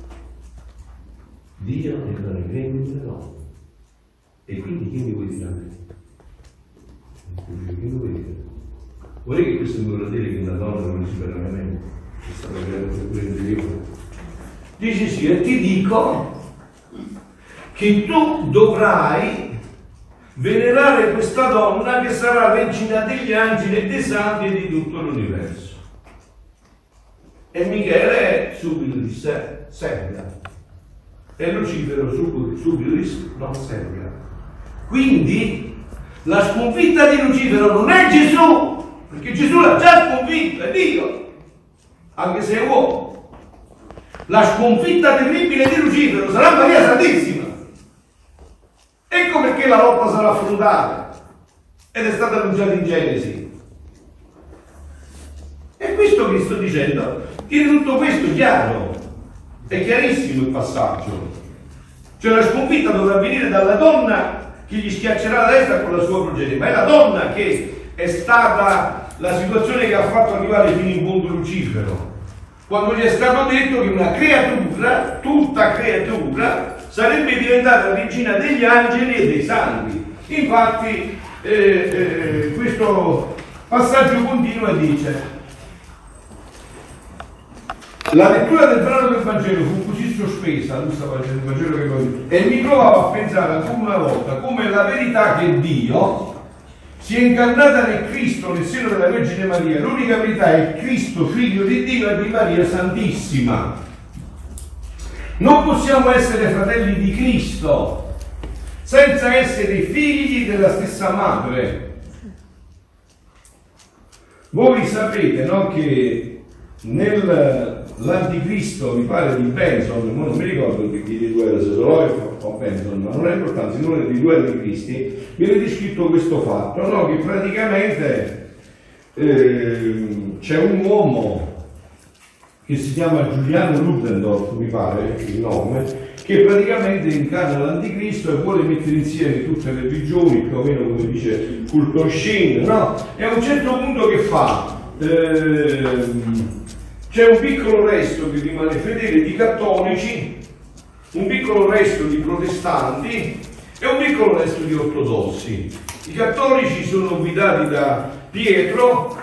Dio e donna credono una donna. E quindi chi mi vuoi dire a me? Chi mi vuoi dire? Vorrei che questo mi vuole dire che una donna non si parla veramente, che sta parlando pure in Dio. Dice sì, e ti dico che tu dovrai venerare questa donna che sarà regina degli angeli e dei santi e di tutto l'universo. E Michele subito disse servirà, e Lucifero subito disse non servirà. Quindi la sconfitta di Lucifero non è Gesù, perché Gesù l'ha già sconfitto, è Dio, anche se è uomo. La sconfitta terribile di Lucifero sarà Maria Santissima. Ecco perché la lotta sarà affrontata ed è stata annunciata in Genesi. E questo che sto dicendo, tiene tutto questo chiaro, è chiarissimo il passaggio. Cioè la sconfitta dovrà venire dalla donna che gli schiaccerà la testa con la sua progenie, ma è la donna che è stata la situazione che ha fatto arrivare fino in fondo Lucifero, quando gli è stato detto che una creatura, tutta creatura, sarebbe diventata regina degli angeli e dei santi. Infatti questo passaggio continua e dice La lettura del brano del Vangelo fu così sospesa, questa parte del Vangelo che poi, e mi trovavo a pensare ancora una volta come la verità che Dio si è incarnata nel Cristo, nel seno della Vergine Maria. L'unica verità è Cristo, figlio di Dio e di Maria Santissima. Non possiamo essere fratelli di Cristo senza essere figli della stessa madre. Voi sapete, no, che nell'Anticristo, mi pare di Benson, non mi ricordo di chi di due era, se Soloio o Benson, ma non è importante, in uno dei due Anticristi viene descritto questo fatto, no, che praticamente c'è un uomo che si chiama Giuliano Ludendorff, mi pare il nome, che praticamente incarna l'Anticristo e vuole mettere insieme tutte le religioni, più o meno come dice Kulturstein, no? E a un certo punto che fa? C'è un piccolo resto che rimane fedele di cattolici, un piccolo resto di protestanti e un piccolo resto di ortodossi. I cattolici sono guidati da Pietro,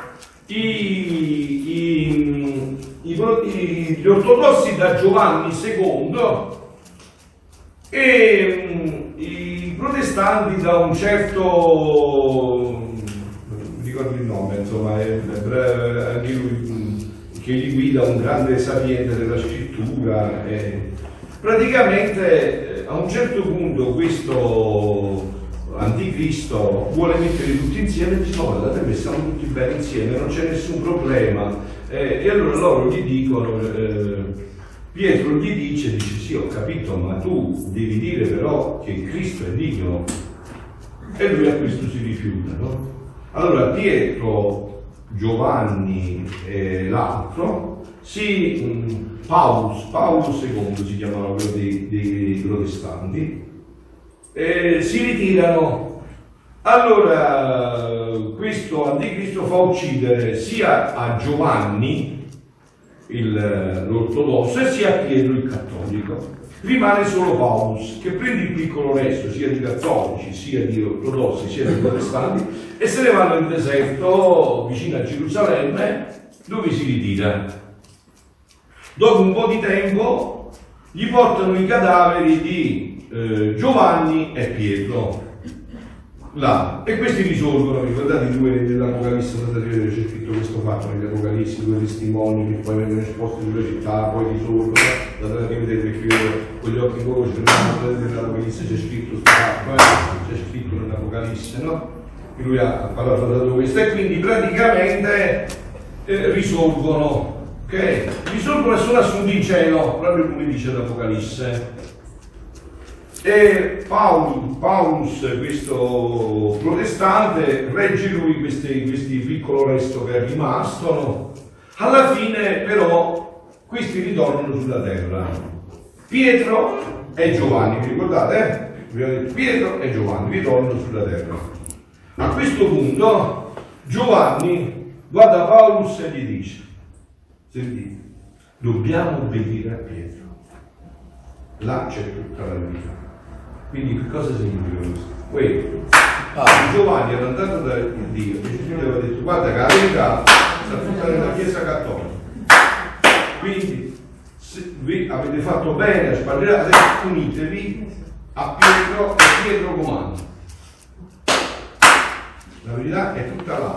gli ortodossi da Giovanni II e i protestanti da un certo, non ricordo il nome, insomma, anche lui che li guida, un grande sapiente della scrittura. Praticamente a un certo punto questo Anticristo vuole mettere tutti insieme e dice: no, guardate che stiamo tutti bene insieme, non c'è nessun problema. E allora loro gli dicono, Pietro gli dice sì, ho capito, ma tu devi dire però che Cristo è Dio. E lui a questo si rifiuta, no? Allora Pietro, Giovanni e l'altro, Paulus II si chiamava quello dei protestanti, si ritirano. Allora questo Anticristo fa uccidere sia a Giovanni l'ortodosso e sia a Pietro il cattolico. Rimane solo Paulus, che prende il piccolo resto sia di cattolici, sia di ortodossi, sia di protestanti, e se ne va nel deserto vicino a Gerusalemme, dove si ritira. Dopo un po' di tempo gli portano i cadaveri di Giovanni e Pietro là, e questi risolvono. Ricordate i due dell'Apocalisse, andate a vedere, c'è scritto questo fatto nell'Apocalisse, due testimoni che poi vengono esposti sulle città, poi risolvono. Andate a vedere, perché con gli occhi conosci, nell'Apocalisse c'è scritto questo fatto, c'è scritto nell'Apocalisse, no? Che lui ha parlato da questo, e quindi praticamente risolvono, ok? Risolvono e sono assunti in cielo, proprio come dice l'Apocalisse. E Paulus, questo protestante, regge lui questi piccolo resto che è rimasto, no? Alla fine però questi ritornano sulla terra. Pietro e Giovanni, vi ricordate? Vi ho detto, Pietro e Giovanni ritornano sulla terra. A questo punto Giovanni guarda Paulus e gli dice: sentite, dobbiamo obbedire a Pietro, là c'è tutta la verità. Quindi che cosa significa questo? Giovanni era andato da Dio e gli aveva detto: guarda che la verità sta tutta nella Chiesa Cattolica, quindi se vi avete fatto bene a sparare, unitevi a Pietro e Pietro comanda. La verità è tutta là.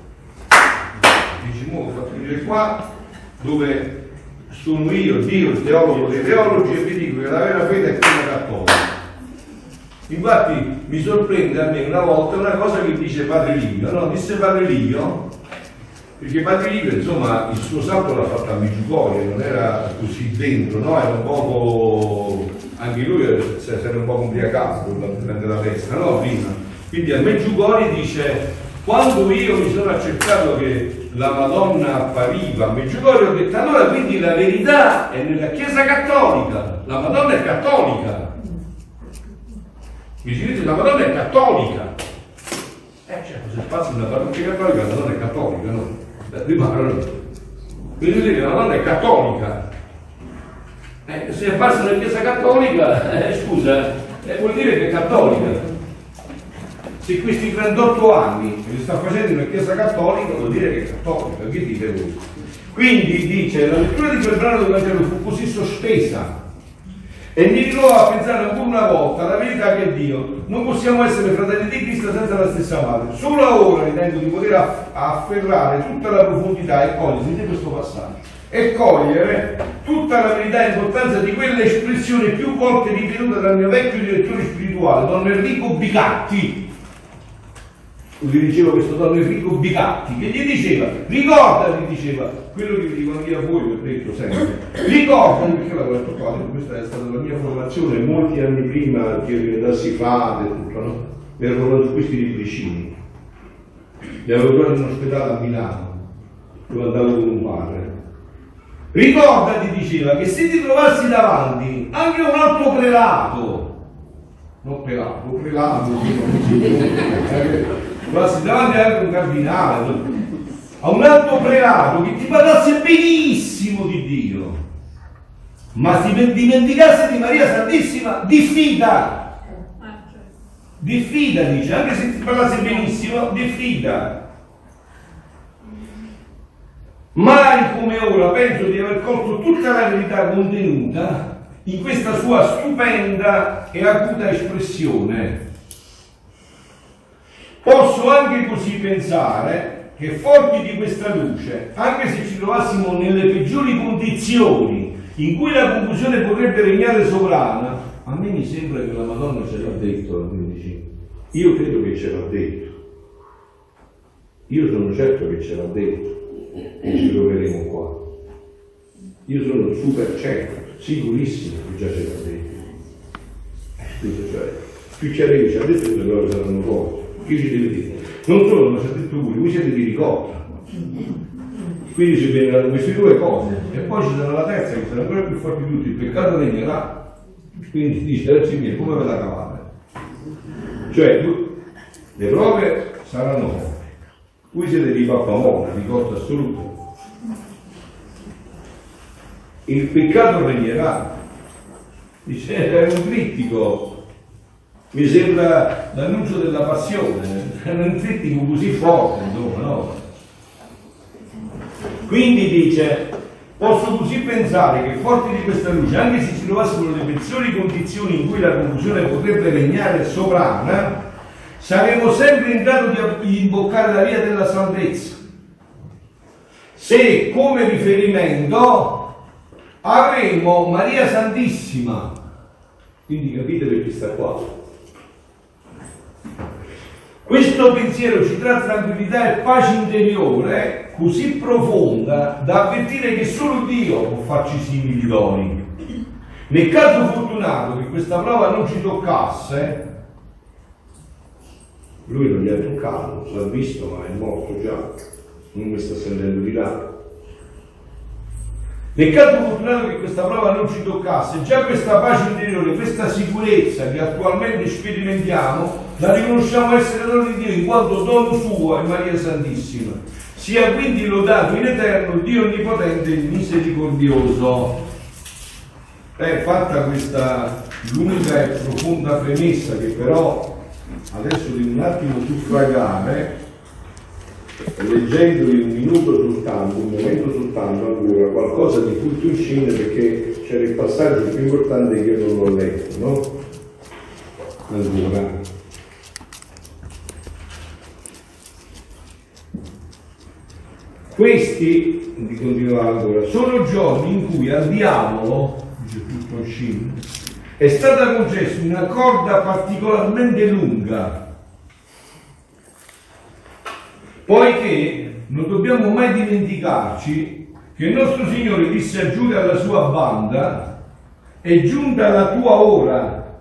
Dici: mo ho fatto venire qua dove sono io, Dio, il teologo dei teologi, e vi dico che la vera fede è quella cattolica. Infatti mi sorprende a me una volta una cosa che dice Padre Livio, no? Disse Padre Livio, perché Padre Livio, insomma, il suo salto l'ha fatto a Medjugorje, non era così dentro, no? Era un poco, anche lui si era un po' complicato durante la testa, no? Prima. Quindi a Medjugorje dice: quando io mi sono accertato che la Madonna appariva a Medjugorje, ho detto: allora quindi la verità è nella Chiesa Cattolica, la Madonna è cattolica. Mi si dice: la Madonna è cattolica. Certo, se passa una parrocchia cattolica, la Madonna è cattolica, no? Rimarrano. Quindi dire che la Madonna è cattolica. Se è passa nella Chiesa Cattolica, scusa, vuol dire che è cattolica. Se questi 38 anni che sta facendo una Chiesa Cattolica, vuol dire che è cattolica. Che dite voi? Quindi dice, la lettura di quel brano del Vangelo fu così sospesa e mi ritrovo a pensare ancora una volta alla verità che Dio non possiamo essere fratelli di Cristo senza la stessa madre. Solo ora ritengo di poter afferrare tutta la profondità e cogliere, sentite questo passaggio, e cogliere tutta la verità e l'importanza di quella espressione più volte ripetuta dal mio vecchio direttore spirituale, Don Enrico Bicatti. Gli diceva questo Don Enrico Bicatti, che gli diceva, ricordati, diceva, quello che vi dico anche a voi, vi ho detto sempre, ricordati, perché l'avevo detto qua, questa è stata la mia formazione molti anni prima che io andassi fate e tutto, no? Mi ero formato su questi libricini. Mi avevo trovato in un ospedale a Milano, dove andavo con un padre. Ricordati, diceva, che se ti trovassi davanti anche un altro prelato, non prelato, trovassi davanti anche un cardinale, a un altro prelato che ti parlasse benissimo di Dio, ma si dimenticasse di Maria Santissima, diffida, dice, anche se ti parlasse benissimo, diffida. Mai come ora penso di aver colto tutta la verità contenuta in questa sua stupenda e acuta espressione. Posso anche così pensare che forti di questa luce, anche se ci trovassimo nelle peggiori condizioni in cui la confusione potrebbe regnare sovrana, a me mi sembra che la Madonna ce l'ha detto al 15. Io credo che ce l'ha detto. Io sono certo che ce l'ha detto. E ci troveremo qua. Io sono super certo, sicurissimo che già ce l'ha detto. Cioè, più ci arrivi, ci ha detto che le cose saranno forti. Chi ci deve dire? Non solo, ma ci ha detto voi siete di ricotta. Quindi ci vengono queste due cose. E poi ci sarà la terza che sarà ancora più forte di tutti. Il peccato regnerà. Quindi dice, ragazzi miei, come ve la cavate? Cioè, le prove saranno forti. Voi siete di pappamona, di cotta assoluta. Il peccato regnerà. Dice, è un trittico. Mi sembra l'annuncio della passione. È un trittico così forte, insomma, no? Quindi dice, posso così pensare che forti di questa luce, anche se ci trovassimo nelle peggiori condizioni in cui la confusione potrebbe regnare sovrana, saremo sempre in grado di imboccare la via della salvezza, se come riferimento avremo Maria Santissima. Quindi capite per chi sta qua. Questo pensiero ci dà tranquillità e pace interiore così profonda da avvertire che solo Dio può farci simili doni. Nel caso fortunato che questa prova non ci toccasse, lui non gli ha toccato, l'ha visto, ma è morto già, non mi sta sentendo di là. Nel caso fortunato che questa prova non ci toccasse, già questa pace interiore, questa sicurezza che attualmente sperimentiamo, la riconosciamo essere dono di Dio, in quanto dono suo è Maria Santissima. Sia quindi lodato in eterno Dio Onnipotente e Misericordioso. Fatta questa lunga e profonda premessa, che però adesso devo un attimo suffragare, leggendovi un minuto soltanto, un momento soltanto ancora, qualcosa di Fulton-Sheen, perché c'era il passaggio più importante che io non l'ho letto, no? Ancora. Questi, di continuare ancora, sono giorni in cui al diavolo, dice Fulton-Sheen, è stata concessa una corda particolarmente lunga, poiché non dobbiamo mai dimenticarci che il nostro Signore disse a Giuda e alla sua banda: è giunta la tua ora.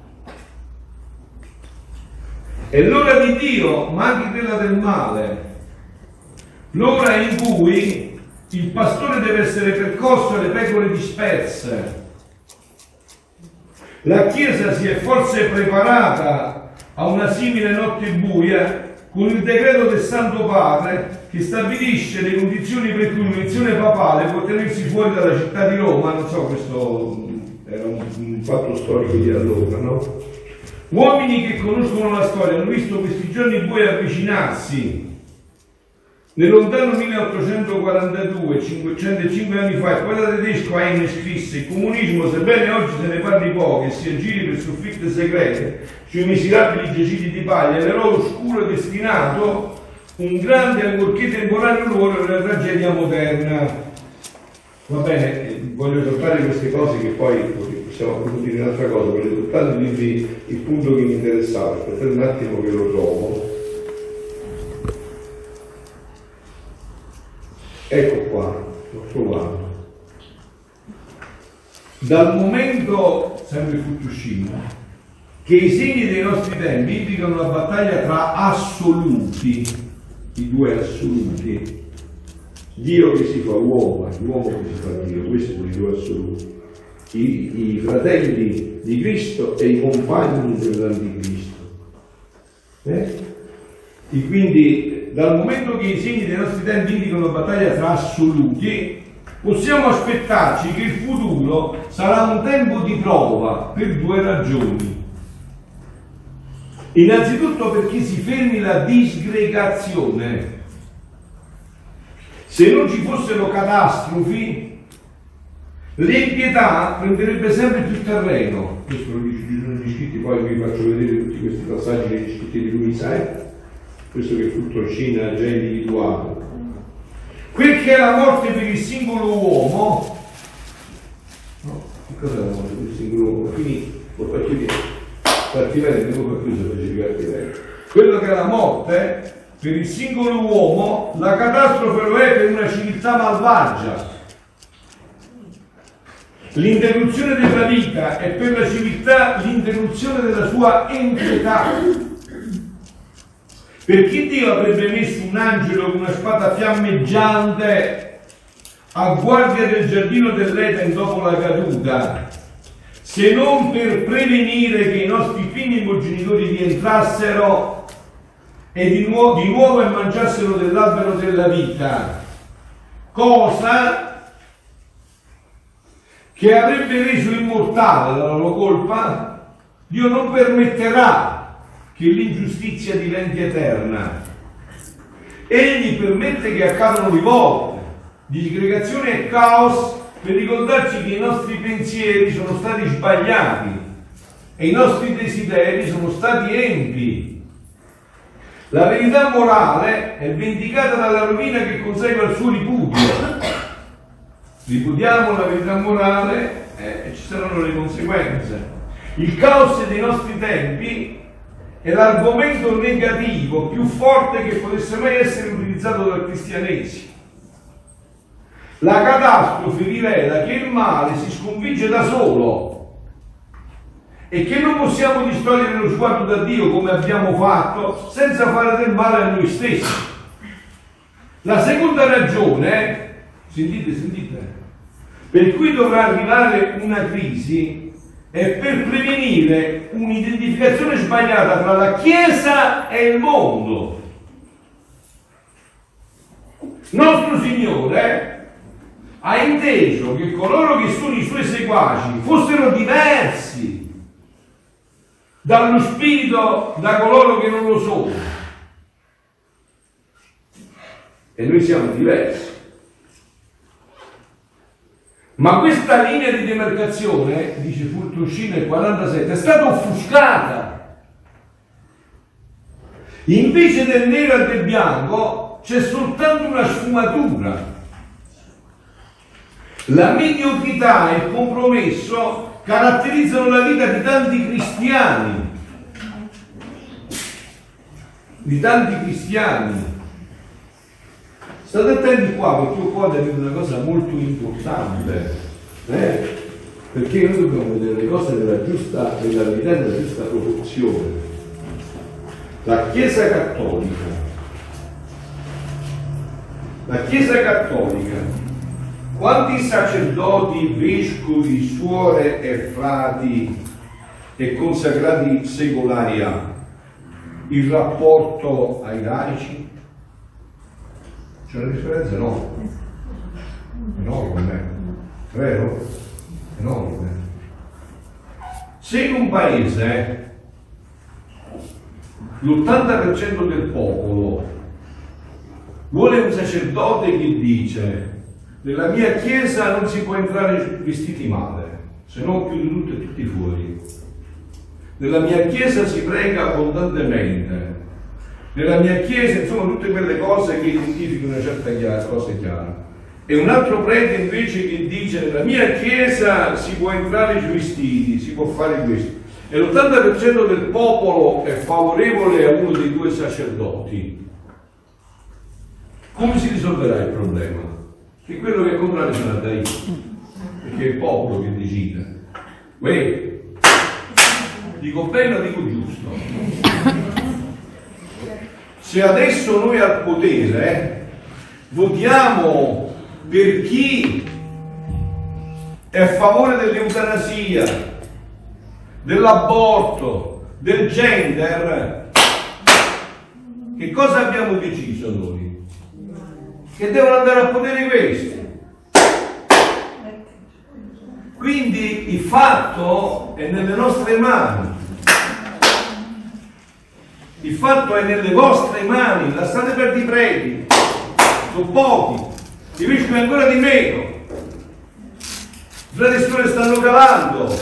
È l'ora di Dio, ma anche quella del male, l'ora in cui il pastore deve essere percosso alle pecore disperse. La Chiesa si è forse preparata a una simile notte buia con il decreto del Santo Padre che stabilisce le condizioni per cui un'elezione papale può tenersi fuori dalla città di Roma. Non so, questo era un fatto storico di allora, no? Uomini che conoscono la storia hanno visto questi giorni bui avvicinarsi Nel lontano 1842, 505 anni fa, il poeta tedesco Heine scrisse: il comunismo, sebbene oggi se ne parli poco e si aggiri per soffitte segrete sui miserabili giaciglii di paglia, è l'eroe oscuro destinato un grande, ancorché temporaneo ruolo nella tragedia moderna. Va bene, voglio toccare queste cose che poi possiamo approfondire in un'altra cosa, voglio soltanto dirvi il punto che mi interessava. Aspettate un attimo che lo trovo. Ecco qua, l'ho trovato. Dal momento, sempre Fukushima, che i segni dei nostri tempi indicano una battaglia tra assoluti, i due assoluti, Dio che si fa uomo e l'uomo che si fa Dio, questi sono i due assoluti, i fratelli di Cristo e i compagni dell'Anticristo. E quindi dal momento che i segni dei nostri tempi indicano una battaglia tra assoluti, possiamo aspettarci che il futuro sarà un tempo di prova per due ragioni. Innanzitutto perché si fermi la disgregazione. Se non ci fossero catastrofi, l'impietà prenderebbe sempre più terreno. Questo lo dice gli scritti, poi vi faccio vedere tutti questi passaggi degli scritti di Luisa. Questo che Fukushima ha già individuato. Quel che è la morte per il singolo uomo, no? Che cos'è la morte per il singolo uomo? Quindi lo faccio dire, partirei, devo per chiuso per cercare. Quello che è la morte per il singolo uomo, la catastrofe lo è per una civiltà malvagia. L'interruzione della vita è per la civiltà l'interruzione della sua entità. Perché Dio avrebbe messo un angelo con una spada fiammeggiante a guardia del giardino dell'Eden dopo la caduta, se non per prevenire che i nostri primogenitori rientrassero e di nuovo e mangiassero dell'albero della vita, cosa che avrebbe reso immortale la loro colpa? Dio non permetterà che l'ingiustizia diventi eterna. Egli permette che accadano rivolte, disgregazione e caos per ricordarci che i nostri pensieri sono stati sbagliati e i nostri desideri sono stati empi. La verità morale è vendicata dalla rovina che consegue al suo ripudio. Ripudiamo la verità morale e ci saranno le conseguenze. Il caos dei nostri tempi è l'argomento negativo più forte che potesse mai essere utilizzato dal cristianesimo. La catastrofe rivela che il male si sconfigge da solo e che non possiamo distogliere lo sguardo da Dio come abbiamo fatto senza fare del male a noi stessi. La seconda ragione, sentite, per cui dovrà arrivare una crisi è per prevenire un'identificazione sbagliata tra la Chiesa e il mondo. Nostro Signore ha inteso che coloro che sono i suoi seguaci fossero diversi dallo spirito da coloro che non lo sono. E noi siamo diversi. Ma questa linea di demarcazione, dice Fukushima nel 47, è stata offuscata. Invece del nero e del bianco c'è soltanto una sfumatura. La mediocrità e il compromesso caratterizzano la vita di tanti cristiani. State attenti qua, perché io qua devo dire una cosa molto importante, perché noi dobbiamo vedere le cose nella verità nella giusta proporzione. La Chiesa Cattolica, quanti sacerdoti, vescovi, suore e frati e consacrati secolari ha? Il rapporto ai laici? C'è una differenza enorme, vero? Enorme. Se in un paese l'80% del popolo Vuole un sacerdote che dice: nella mia chiesa non si può entrare vestiti male, se no chiudo tutto e tutti fuori. Nella mia chiesa si prega abbondantemente. Nella mia chiesa, insomma, tutte quelle cose che identificano una certa cosa chiara. E un altro prete invece che dice: nella mia chiesa si può entrare vestiti, si può fare questo. E l'80% del popolo è favorevole a uno dei due sacerdoti. Come si risolverà il problema? Che quello che è contrario se ne da io, perché è il popolo che decide. Uè, dico bene o dico giusto? Se adesso noi al potere votiamo per chi è a favore dell'eutanasia, dell'aborto, del gender, che cosa abbiamo deciso noi? Che devono andare a potere questi. Quindi il fatto è nelle nostre mani. Il fatto è nelle vostre mani, lasciate per i preti, sono pochi, i vescovi ancora di meno, i frati suore stanno calando,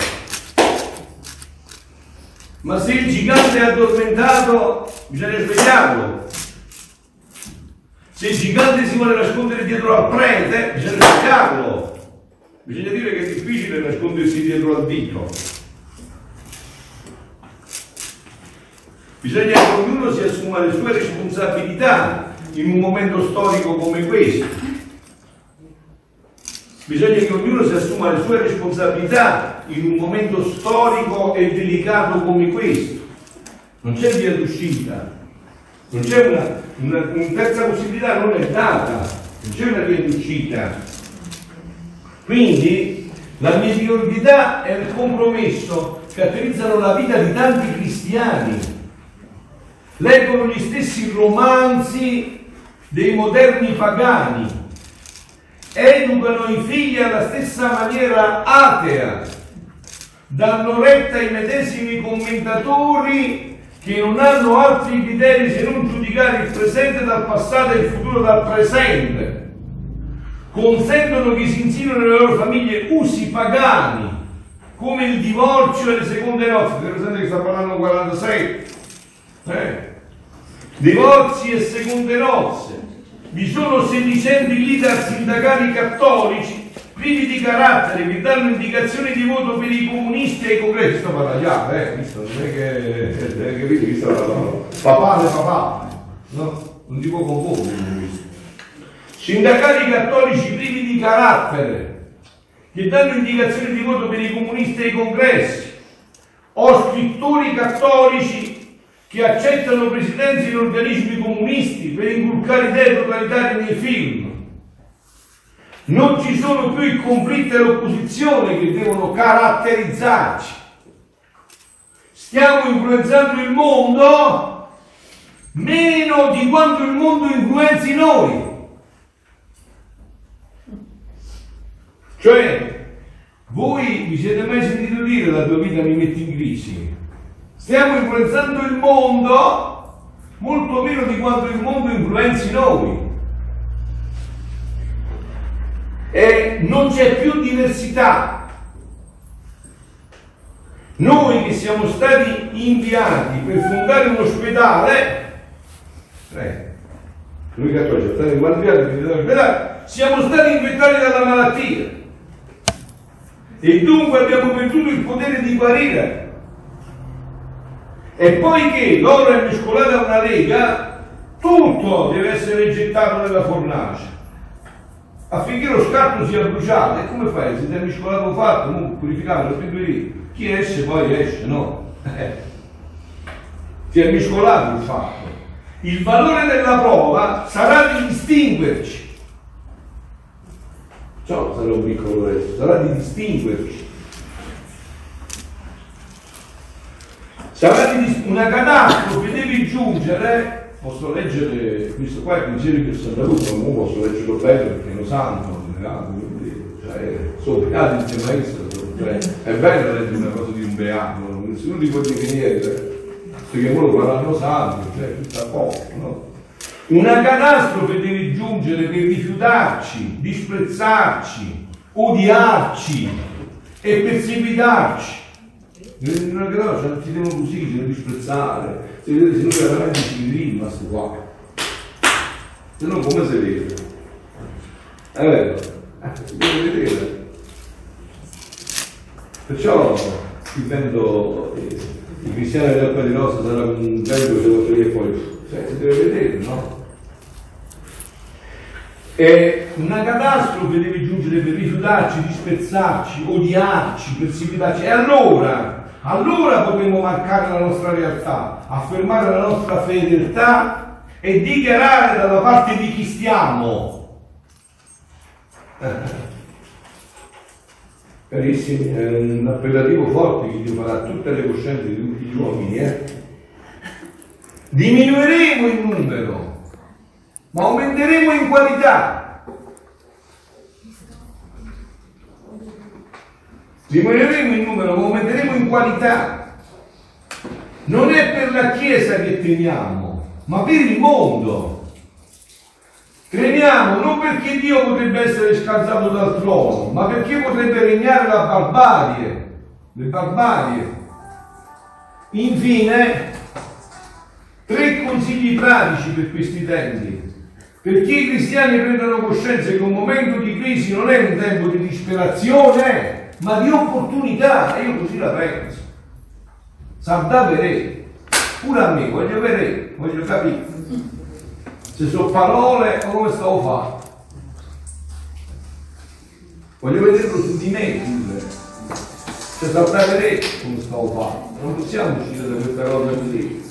ma se il gigante è addormentato bisogna svegliarlo, se il gigante si vuole nascondere dietro al prete bisogna svegliarlo, bisogna dire che è difficile nascondersi dietro al dito. Bisogna che ognuno si assuma le sue responsabilità in un momento storico come questo. Bisogna che ognuno si assuma le sue responsabilità in un momento storico e delicato come questo. Non c'è via d'uscita, non c'è una terza possibilità, non è data, non c'è una via d'uscita. Quindi la mediocrità e il compromesso caratterizzano la vita di tanti cristiani. Leggono gli stessi romanzi dei moderni pagani, educano i figli alla stessa maniera atea, danno retta ai medesimi commentatori che non hanno altri criteri se non giudicare il presente dal passato e il futuro dal presente, consentono che si insinuino nelle loro famiglie usi pagani come il divorzio e le seconde nozze. Tenete presente che sta parlando 46. Divorzi e seconde nozze. Vi sono sedicenti leader sindacali cattolici privi di carattere che danno indicazioni di voto per i comunisti e i congressi. Sto parlando, visto, non è che visto papale, no? Non ti può confondere questo. Sindacali cattolici privi di carattere che danno indicazioni di voto per i comunisti e i congressi, o scrittori cattolici che accettano presidenze in organismi comunisti per inculcare idee totalitarie nei film. Non ci sono più il conflitto e l'opposizione che devono caratterizzarci. Stiamo influenzando il mondo meno di quanto il mondo influenzi noi. Cioè, voi vi siete mai sentito dire la tua vita mi mette in crisi? Stiamo influenzando il mondo molto meno di quanto il mondo influenzi noi. E non c'è più diversità. Noi che siamo stati inviati per fondare un ospedale, noi cattolici siamo stati inviati per fondare un ospedale, siamo stati infettati dalla malattia e dunque abbiamo perduto il potere di guarire. E poiché l'oro è mescolato a una lega, tutto deve essere gettato nella fornace affinché lo scarto sia bruciato. E come fai? Se ti è mescolato fatto, purificato, chi esce poi esce, no? Ti è mescolato il fatto. Il valore della prova sarà di distinguerci. Ciao, sarà un piccolo resto, sarà di distinguerci. Sarà una catastrofe, devi giungere. Posso leggere questo qua, il Vangelo di Santa Luca, non posso leggerlo bene perché lo sanno, cioè, sono beati insieme a esso, cioè, è bello leggere una cosa di un beato, nessuno ti può dire niente, perché loro faranno santo, cioè tutto a poco, no? Una catastrofe deve giungere per rifiutarci, disprezzarci, odiarci e perseguitarci. Una catastrofe non ci devono così, ci devono disprezzare, se vedete, se noi veramente ci rima sto qua. Se no come si vede? È vero? Si deve vedere. Perciò vivendo i cristiani dell'Alpa di Rosa sarà un tempo che vostro lì e poi si deve vedere, no? E una catastrofe deve giungere per rifiutarci, disprezzarci, odiarci, perseguitarci. E allora potremo marcare la nostra realtà, affermare la nostra fedeltà e dichiarare dalla parte di chi stiamo. Carissimi, è un appellativo forte che Dio farà a tutte le coscienze di tutti gli uomini. Diminuiremo in numero, ma aumenteremo in qualità. Diminuiremo in numero, ma aumenteremo in qualità. Non è per la Chiesa che temiamo, ma per il mondo. Crediamo non perché Dio potrebbe essere scalzato dal trono, ma perché potrebbe regnare la barbarie, le barbarie. Infine, 3 consigli pratici per questi tempi, perché i cristiani prendano coscienza che un momento di crisi non è un tempo di disperazione, ma di opportunità, e io così la penso. Sarà vedere, pure a me, voglio vedere, voglio capire. Se sono parole o come stavo a fare. Voglio vederlo su di me pure. Se saprà vedere come stavo a fare. Non possiamo uscire da questa cosa così.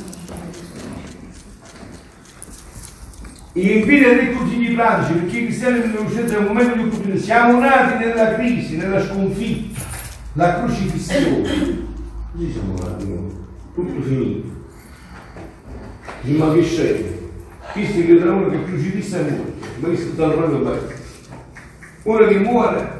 Infine 3 consigli pratici, perché i cristiani nella coscienza è un momento di opportunità. Siamo nati nella crisi, nella sconfitta, la crocifissione. Così siamo nati noi. Tutto finito. Ma che sceglie? Visto che tra uno che crocifisso e muore, ma visto stanno proprio bene. Uno che muore,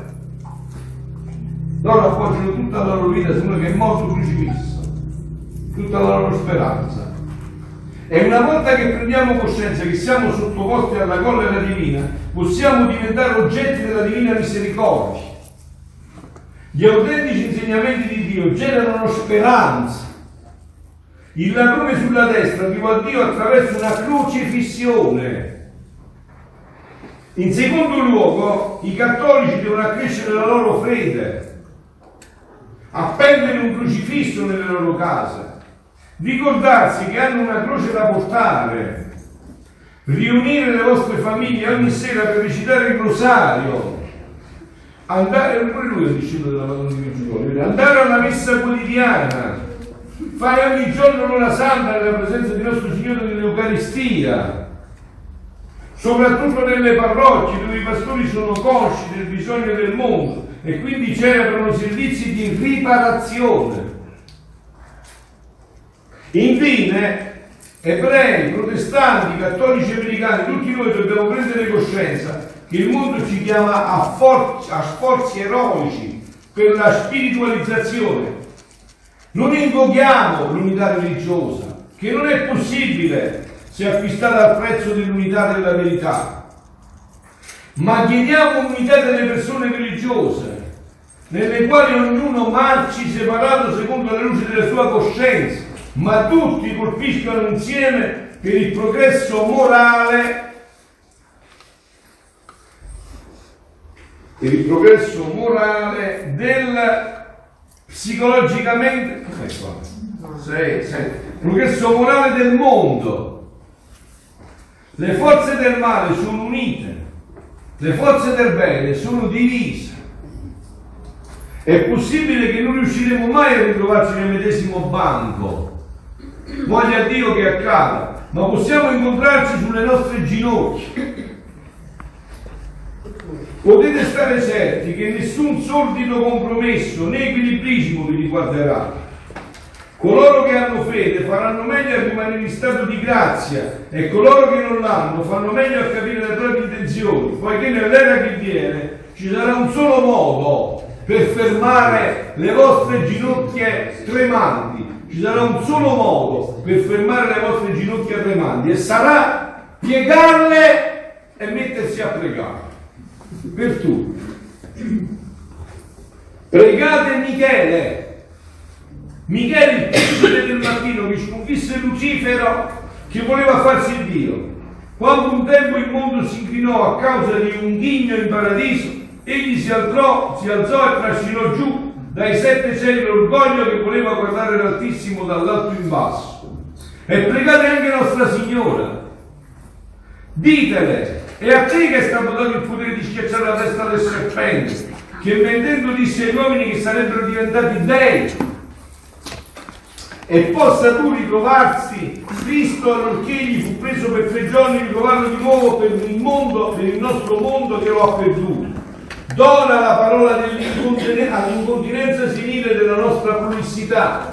loro appoggiano tutta la loro vita su uno che è morto crocifisso, tutta la loro speranza. E una volta che prendiamo coscienza che siamo sottoposti alla collera divina, possiamo diventare oggetti della divina misericordia. Gli autentici insegnamenti di Dio generano speranza. Il ladrone sulla destra arrivò a Dio attraverso una crocifissione. In secondo luogo, i cattolici devono accrescere la loro fede, appendere un crocifisso nelle loro case, ricordarsi che hanno una croce da portare, riunire le vostre famiglie ogni sera per recitare il rosario, andare, pure lui è il discepolo della Madonna di Vigilio, andare alla messa quotidiana, fare ogni giorno l'ora santa nella presenza di nostro Signore nell'Eucaristia, soprattutto nelle parrocchie dove i pastori sono consci del bisogno del mondo e quindi celebrano servizi di riparazione. Infine, ebrei, protestanti, cattolici americani, tutti noi dobbiamo prendere coscienza che il mondo ci chiama a sforzi eroici per la spiritualizzazione. Non invochiamo l'unità religiosa, che non è possibile se acquistata al prezzo dell'unità della verità, ma chiediamo un'unità delle persone religiose, nelle quali ognuno marci separato secondo la luce della sua coscienza, ma tutti colpiscono insieme per il progresso morale, del psicologicamente progresso morale del mondo. Le forze del male sono unite, le forze del bene sono divise. È possibile che non riusciremo mai a ritrovarci nel medesimo banco, voglia Dio che accada, ma possiamo incontrarci sulle nostre ginocchia. Potete stare certi che nessun sordido compromesso né equilibrismo vi riguarderà. Coloro che hanno fede faranno meglio a rimanere in stato di grazia e coloro che non l'hanno fanno meglio a capire le proprie intenzioni, poiché nell'era che viene ci sarà un solo modo per fermare le vostre ginocchia tremanti. Ci sarà un solo modo per fermare le vostre ginocchia tremanti e sarà piegarle e mettersi a pregare per tutti. Pregate Michele, il principe del mattino, che sconfisse Lucifero, che voleva farsi Dio. Quando un tempo il mondo si inclinò a causa di un ghigno in paradiso, egli si alzò e trascinò giù dai 7 cieli l'orgoglio che voleva guardare l'Altissimo dall'alto in basso. E pregate anche Nostra Signora. Ditele, e a te che è stato dato il potere di schiacciare la testa del serpente, che mentendo disse agli uomini che sarebbero diventati dei, e possa tu ritrovarsi Cristo allorché gli fu preso per 3 giorni, ritrovarlo di nuovo per il nostro mondo che lo ha perduto. Dona la parola all'incontinenza senile della nostra prolissità.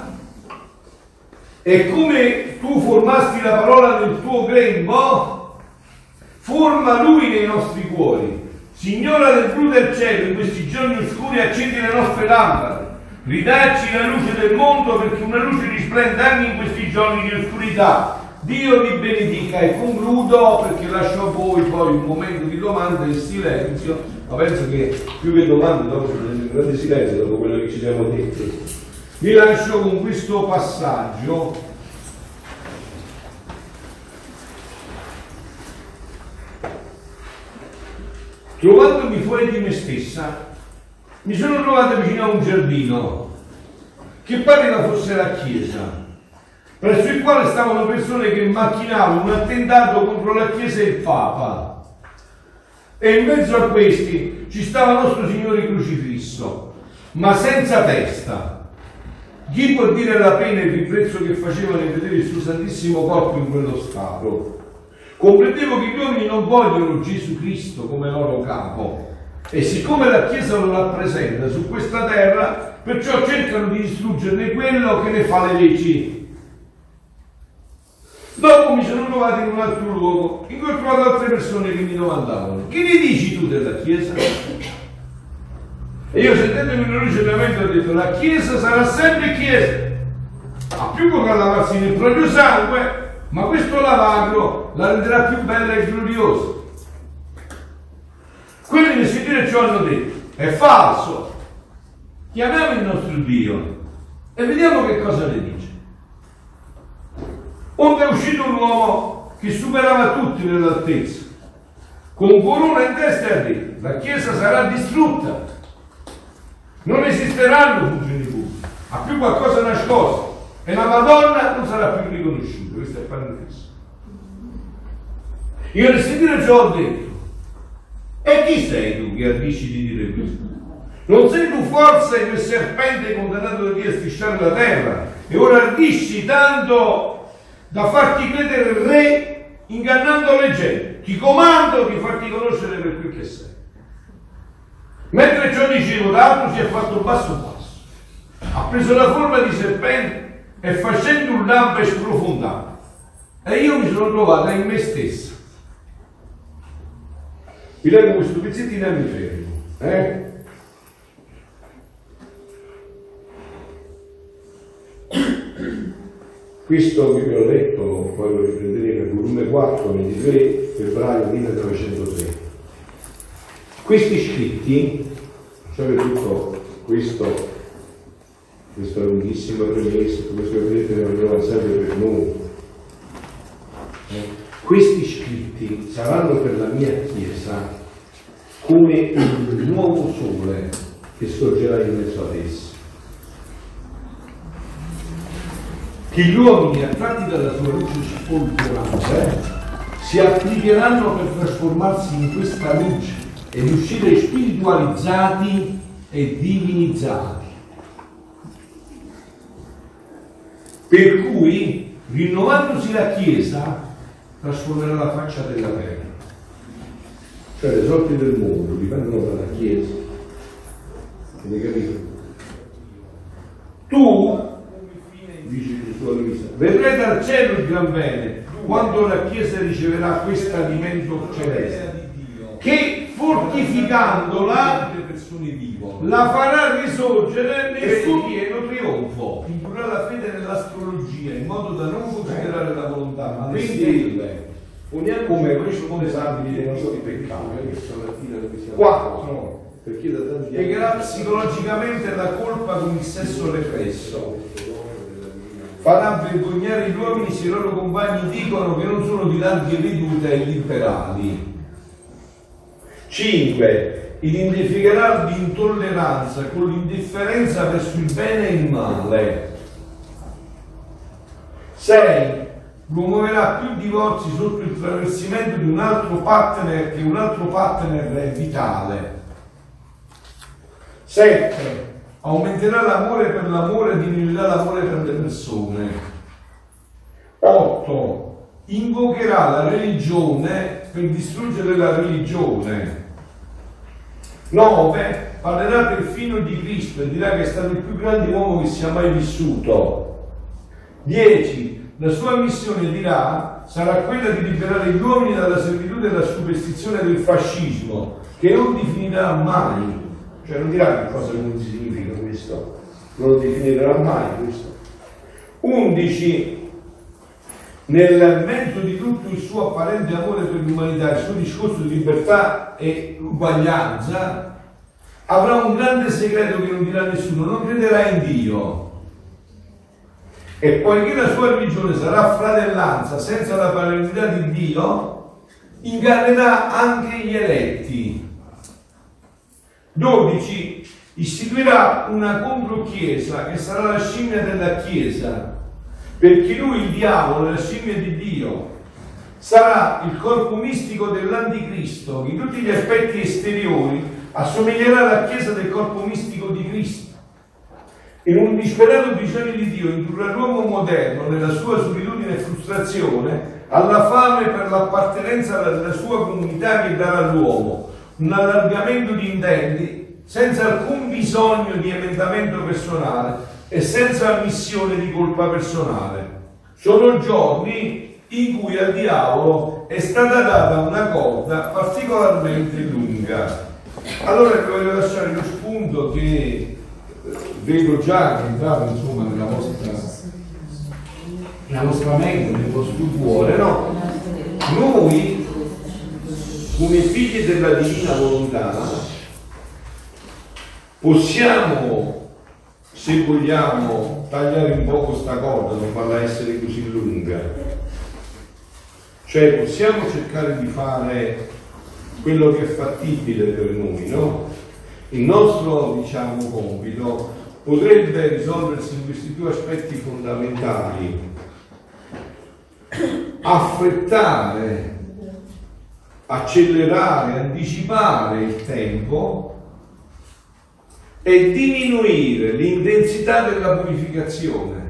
E come tu formasti la parola del tuo grembo, forma lui nei nostri cuori. Signora del blu del cielo, in questi giorni oscuri accendi le nostre lampade. Ridacci la luce del mondo, perché una luce risplenda anche in questi giorni di oscurità. Dio vi benedica, e concludo perché lascio a voi poi un momento di domanda e silenzio, ma penso che più che domande dopo un grande silenzio dopo quello che ci siamo detti. Vi lascio con questo passaggio. Trovandomi fuori di me stessa, mi sono trovata vicino a un giardino che pareva fosse la chiesa, presso il quale stavano persone che macchinavano un attentato contro la chiesa e il Papa, e in mezzo a questi ci stava nostro Signore crocifisso, ma senza testa. Chi può dire la pena e il ribrezzo che faceva nel vedere il suo santissimo corpo in quello stato? Comprendevo che gli uomini non vogliono Gesù Cristo come loro capo, e siccome la Chiesa lo rappresenta su questa terra, perciò cercano di distruggerne quello che ne fa le leggi. Dopo mi sono trovato in un altro luogo, in cui ho trovato altre persone che mi domandavano: che ne dici tu della Chiesa? E io, sentendomi una luce nella mente, ho detto: la Chiesa sarà sempre Chiesa, a più potrà lavarsi nel proprio sangue, ma questo lavaggio la renderà più bella e gloriosa. Quelli che sentire ciò hanno detto: è falso, chiamiamo il nostro Dio e vediamo che cosa ne dice. Onde è uscito un uomo che superava tutti nell'altezza, con corona in testa, e ha detto: la Chiesa sarà distrutta, non esisteranno funzioni pubbliche, ha più qualcosa nascosto, e la Madonna non sarà più riconosciuta. Questo è il Padre Cristo. Io nel sentire ciò ho detto: e chi sei tu che ardisci di dire questo? Non sei tu forse quel serpente condannato da Dio a strisciare la terra, e ora ardisci tanto da farti credere il re, ingannando le gente? Ti comando di farti conoscere per quel che sei. Mentre ciò dicevo, l'altro si è fatto basso, ha preso la forma di serpente e facendo un lampo sprofondato, e io mi sono trovata in me stessa. Vi leggo questo pezzettino e mi fermo. Questo vi ho letto, poi lo riprenderemo, volume 4, 23 febbraio 1903. Questi scritti, cioè tutto questo, questa lunghissima premessa, come se vedete ne ho sempre per noi. Questi scritti saranno per la mia Chiesa come un nuovo sole che sorgerà in mezzo ad essa, che gli uomini, attratti dalla sua luce spolverante, si applicheranno per trasformarsi in questa luce ed uscire spiritualizzati e divinizzati. Per cui, rinnovandosi la Chiesa, trasformerà la faccia della terra. Cioè le sorti del mondo dipendono dalla Chiesa. Avete capito? Tu, dice Gesù a Luisa, vedrai dal cielo il gran bene quando la Chiesa riceverà questo alimento celeste, che fortificandola la farà risorgere nel suo pieno trionfo. Indurrà la fede nell'astrologia in modo da non considerare la volontà ma le stelle come responsabili dei nostri peccati. 4. Piegherà psicologicamente la colpa con il sesso represso. Farà vergognare gli uomini se i loro compagni dicono che non sono di larghe vedute e liberali. 5. Identificherà l'intolleranza con l'indifferenza verso il bene e il male. 6. Promuoverà più divorzi sotto il traversimento di un altro partner che un altro partner è vitale. 7. Aumenterà l'amore per l'amore e diminuirà l'amore per le persone. 8. Invocherà la religione per distruggere la religione. 9. Parlerà perfino di Cristo e dirà che è stato il più grande uomo che sia mai vissuto. 10. La sua missione, dirà, sarà quella di liberare gli uomini dalla servitù della superstizione del fascismo, che non definirà mai. Cioè non dirà che cosa non significa questo, non lo definirà mai questo. 11. Nel mezzo di tutto il suo apparente amore per l'umanità, il suo discorso di libertà e uguaglianza, avrà un grande segreto che non dirà nessuno: non crederà in Dio. E poiché la sua religione sarà fratellanza senza la parentalità di Dio, ingannerà anche gli eletti. 12. Istituirà una controchiesa che sarà la scimmia della Chiesa, perché lui, il diavolo, è la scimmia di Dio. Sarà il corpo mistico dell'anticristo, che in tutti gli aspetti esteriori assomiglierà alla Chiesa del corpo mistico di Cristo. In un disperato bisogno di Dio indurrà l'uomo moderno, nella sua solitudine e frustrazione, alla fame per l'appartenenza alla sua comunità che darà all'uomo, un allargamento di intenti senza alcun bisogno di emendamento personale e senza ammissione di colpa personale. Sono giorni in cui al diavolo è stata data una corda particolarmente lunga. Allora vi voglio lasciare lo spunto che vedo già che entrava insomma nella vostra mente, nel vostro cuore, no? Noi come figli della divina volontà possiamo, se vogliamo, tagliare un po' questa corda, non farla essere così lunga, cioè possiamo cercare di fare quello che è fattibile per noi, no? Il nostro, diciamo, compito potrebbe risolversi in questi due aspetti fondamentali: affrettare, accelerare, anticipare il tempo e diminuire l'intensità della purificazione.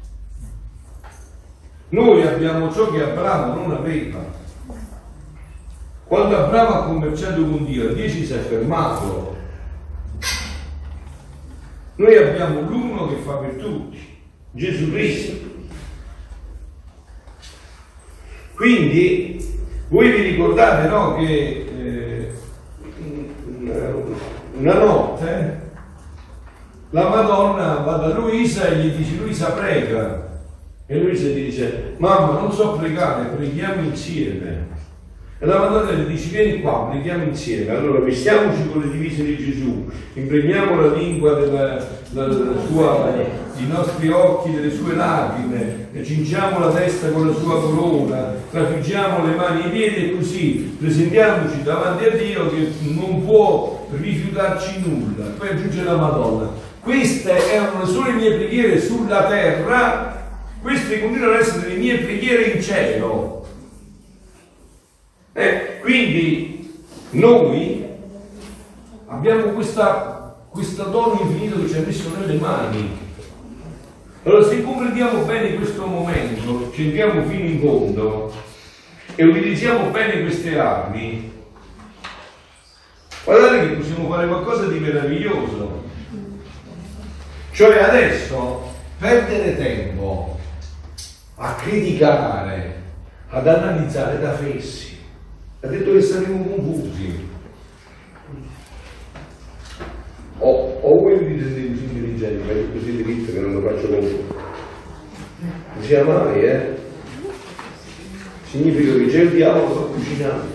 Noi abbiamo ciò che Abramo non aveva. Quando Abramo ha commerciato con Dio, a 10 si è fermato. Noi abbiamo l'uno che fa per tutti, Gesù Cristo. Quindi voi vi ricordate, no, che una notte la Madonna va da Luisa e gli dice: Luisa, prega. E Luisa gli dice: mamma, non so pregare, preghiamo insieme. E la Madonna gli dice: vieni qua, preghiamo insieme. Allora vestiamoci con le divise di Gesù, impregniamo la lingua i nostri occhi delle sue lacrime, cingiamo la testa con la sua corona, trafiggiamo le mani e i piedi e così presentiamoci davanti a Dio che non può rifiutarci nulla. Poi aggiunge la Madonna: queste erano solo le mie preghiere sulla terra, queste continuano ad essere le mie preghiere in cielo. Quindi noi abbiamo questo dono infinito che ci ha messo nelle mani. Allora, se comprendiamo bene questo momento, ci entriamo fino in fondo e utilizziamo bene queste armi, guardate che possiamo fare qualcosa di meraviglioso. Cioè adesso perdere tempo a criticare, ad analizzare da fessi, ha detto che saremo confusi. O voi mi dite così intelligenti, ma io così diritto che non lo faccio con voi. Non sia mai, significa che c'è il diavolo sta cucinando.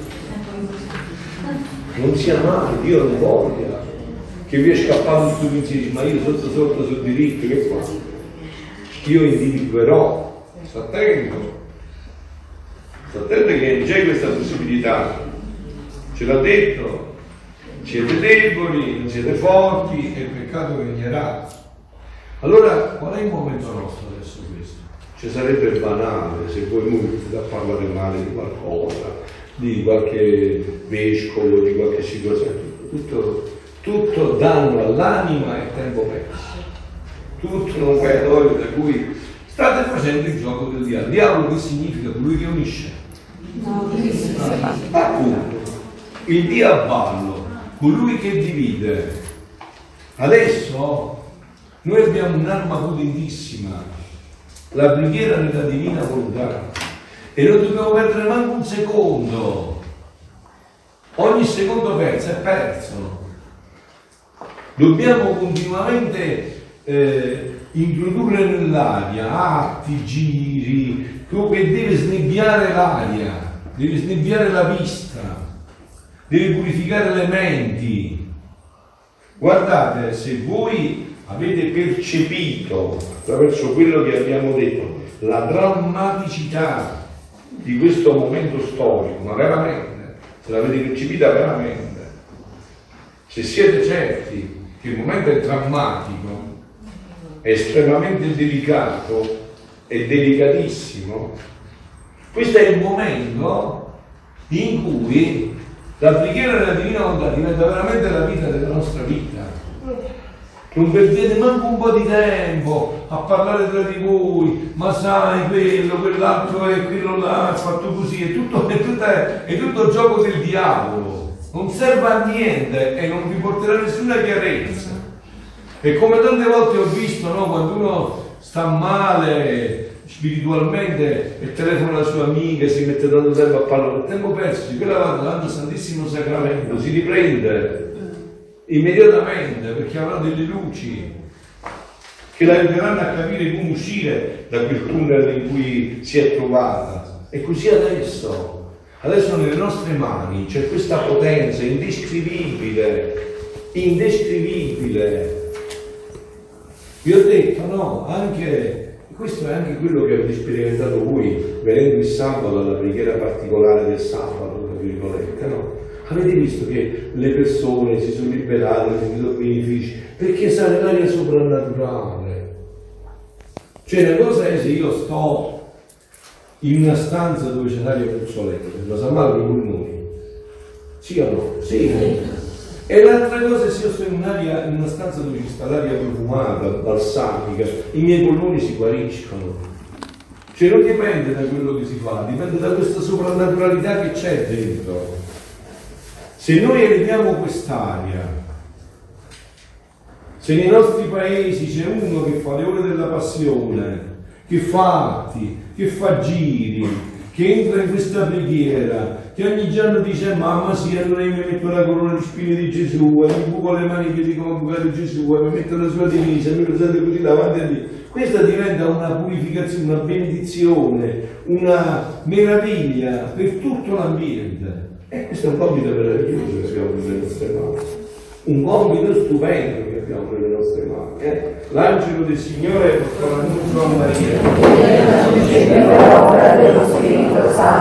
Non sia male, Dio non voglia che vi è scappato tutto insieme, ma io sotto sul diritto, che fa? Io individuerò, sta attento che non c'è questa possibilità, ce l'ha detto, siete deboli, non siete forti e il peccato regnerà. Allora qual è il momento nostro adesso questo? Ci sarebbe banale se voi iniziate a parlare male di qualcosa, di qualche vescovo, di qualche situazione, tutto danno all'anima e tempo perso, tutto un guaiatoio da cui state facendo il gioco del diavolo. Il diavolo che significa? Colui che unisce. Appunto, il diavallo, colui che divide. Adesso noi abbiamo un'arma potentissima, la preghiera nella divina volontà, e non dobbiamo perdere manco un secondo. Ogni secondo perso è perso. Dobbiamo continuamente introdurre nell'aria atti, giri, che deve snebbiare l'aria, deve snebbiare la vista, deve purificare le menti. Guardate, se voi avete percepito attraverso quello che abbiamo detto la drammaticità di questo momento storico, ma veramente, se l'avete percepita veramente, se siete certi che il momento è drammatico, è estremamente delicato, è delicatissimo, questo è il momento in cui la preghiera della divina volontà diventa veramente la vita della nostra vita. Non perdete manco un po' di tempo a parlare tra di voi, ma sai quello, quell'altro è quello là, è fatto così, è tutto gioco del diavolo, non serve a niente e non vi porterà nessuna chiarezza. E come tante volte ho visto, no, quando uno sta male spiritualmente e telefona alla sua amica e si mette tanto tempo a parlare, il tempo perso, quella va davanti al Santissimo Sacramento, si riprende immediatamente perché avrà delle luci che la aiuteranno a capire come uscire da quel tunnel in cui si è trovata. E così adesso nelle nostre mani c'è questa potenza indescrivibile. Vi ho detto, no, anche questo è anche quello che avete sperimentato voi venendo il sabato alla preghiera particolare del sabato, tra virgolette, no? Avete visto che le persone si sono liberate, hanno sentito benefici, perché sa nell'aria soprannaturale. Cioè una cosa è se io sto in una stanza dove c'è l'aria puzzolente, lo sa male i polmoni, sì o no? Sì. E l'altra cosa è se io sto in una stanza dove ci sta l'aria profumata, balsamica, i miei polmoni si guariscono. Cioè non dipende da quello che si fa, dipende da questa soprannaturalità che c'è dentro. Se noi eliminiamo quest'aria, se nei nostri paesi c'è uno che fa le ore della passione, che fa atti, che fa giri, che entra in questa preghiera, che ogni giorno dice mamma sì, allora io mi metto la corona di spine di Gesù, e mi buco le mani che dicono bucare Gesù, e mi metto la sua divisa, e mi presento così davanti a Dio. Questa diventa una purificazione, una benedizione, una meraviglia per tutto l'ambiente. E questo è un compito meraviglioso che abbiamo nelle nostre mani, un compito stupendo che abbiamo nelle nostre mani. L'angelo del Signore portò l'annuncio a Maria.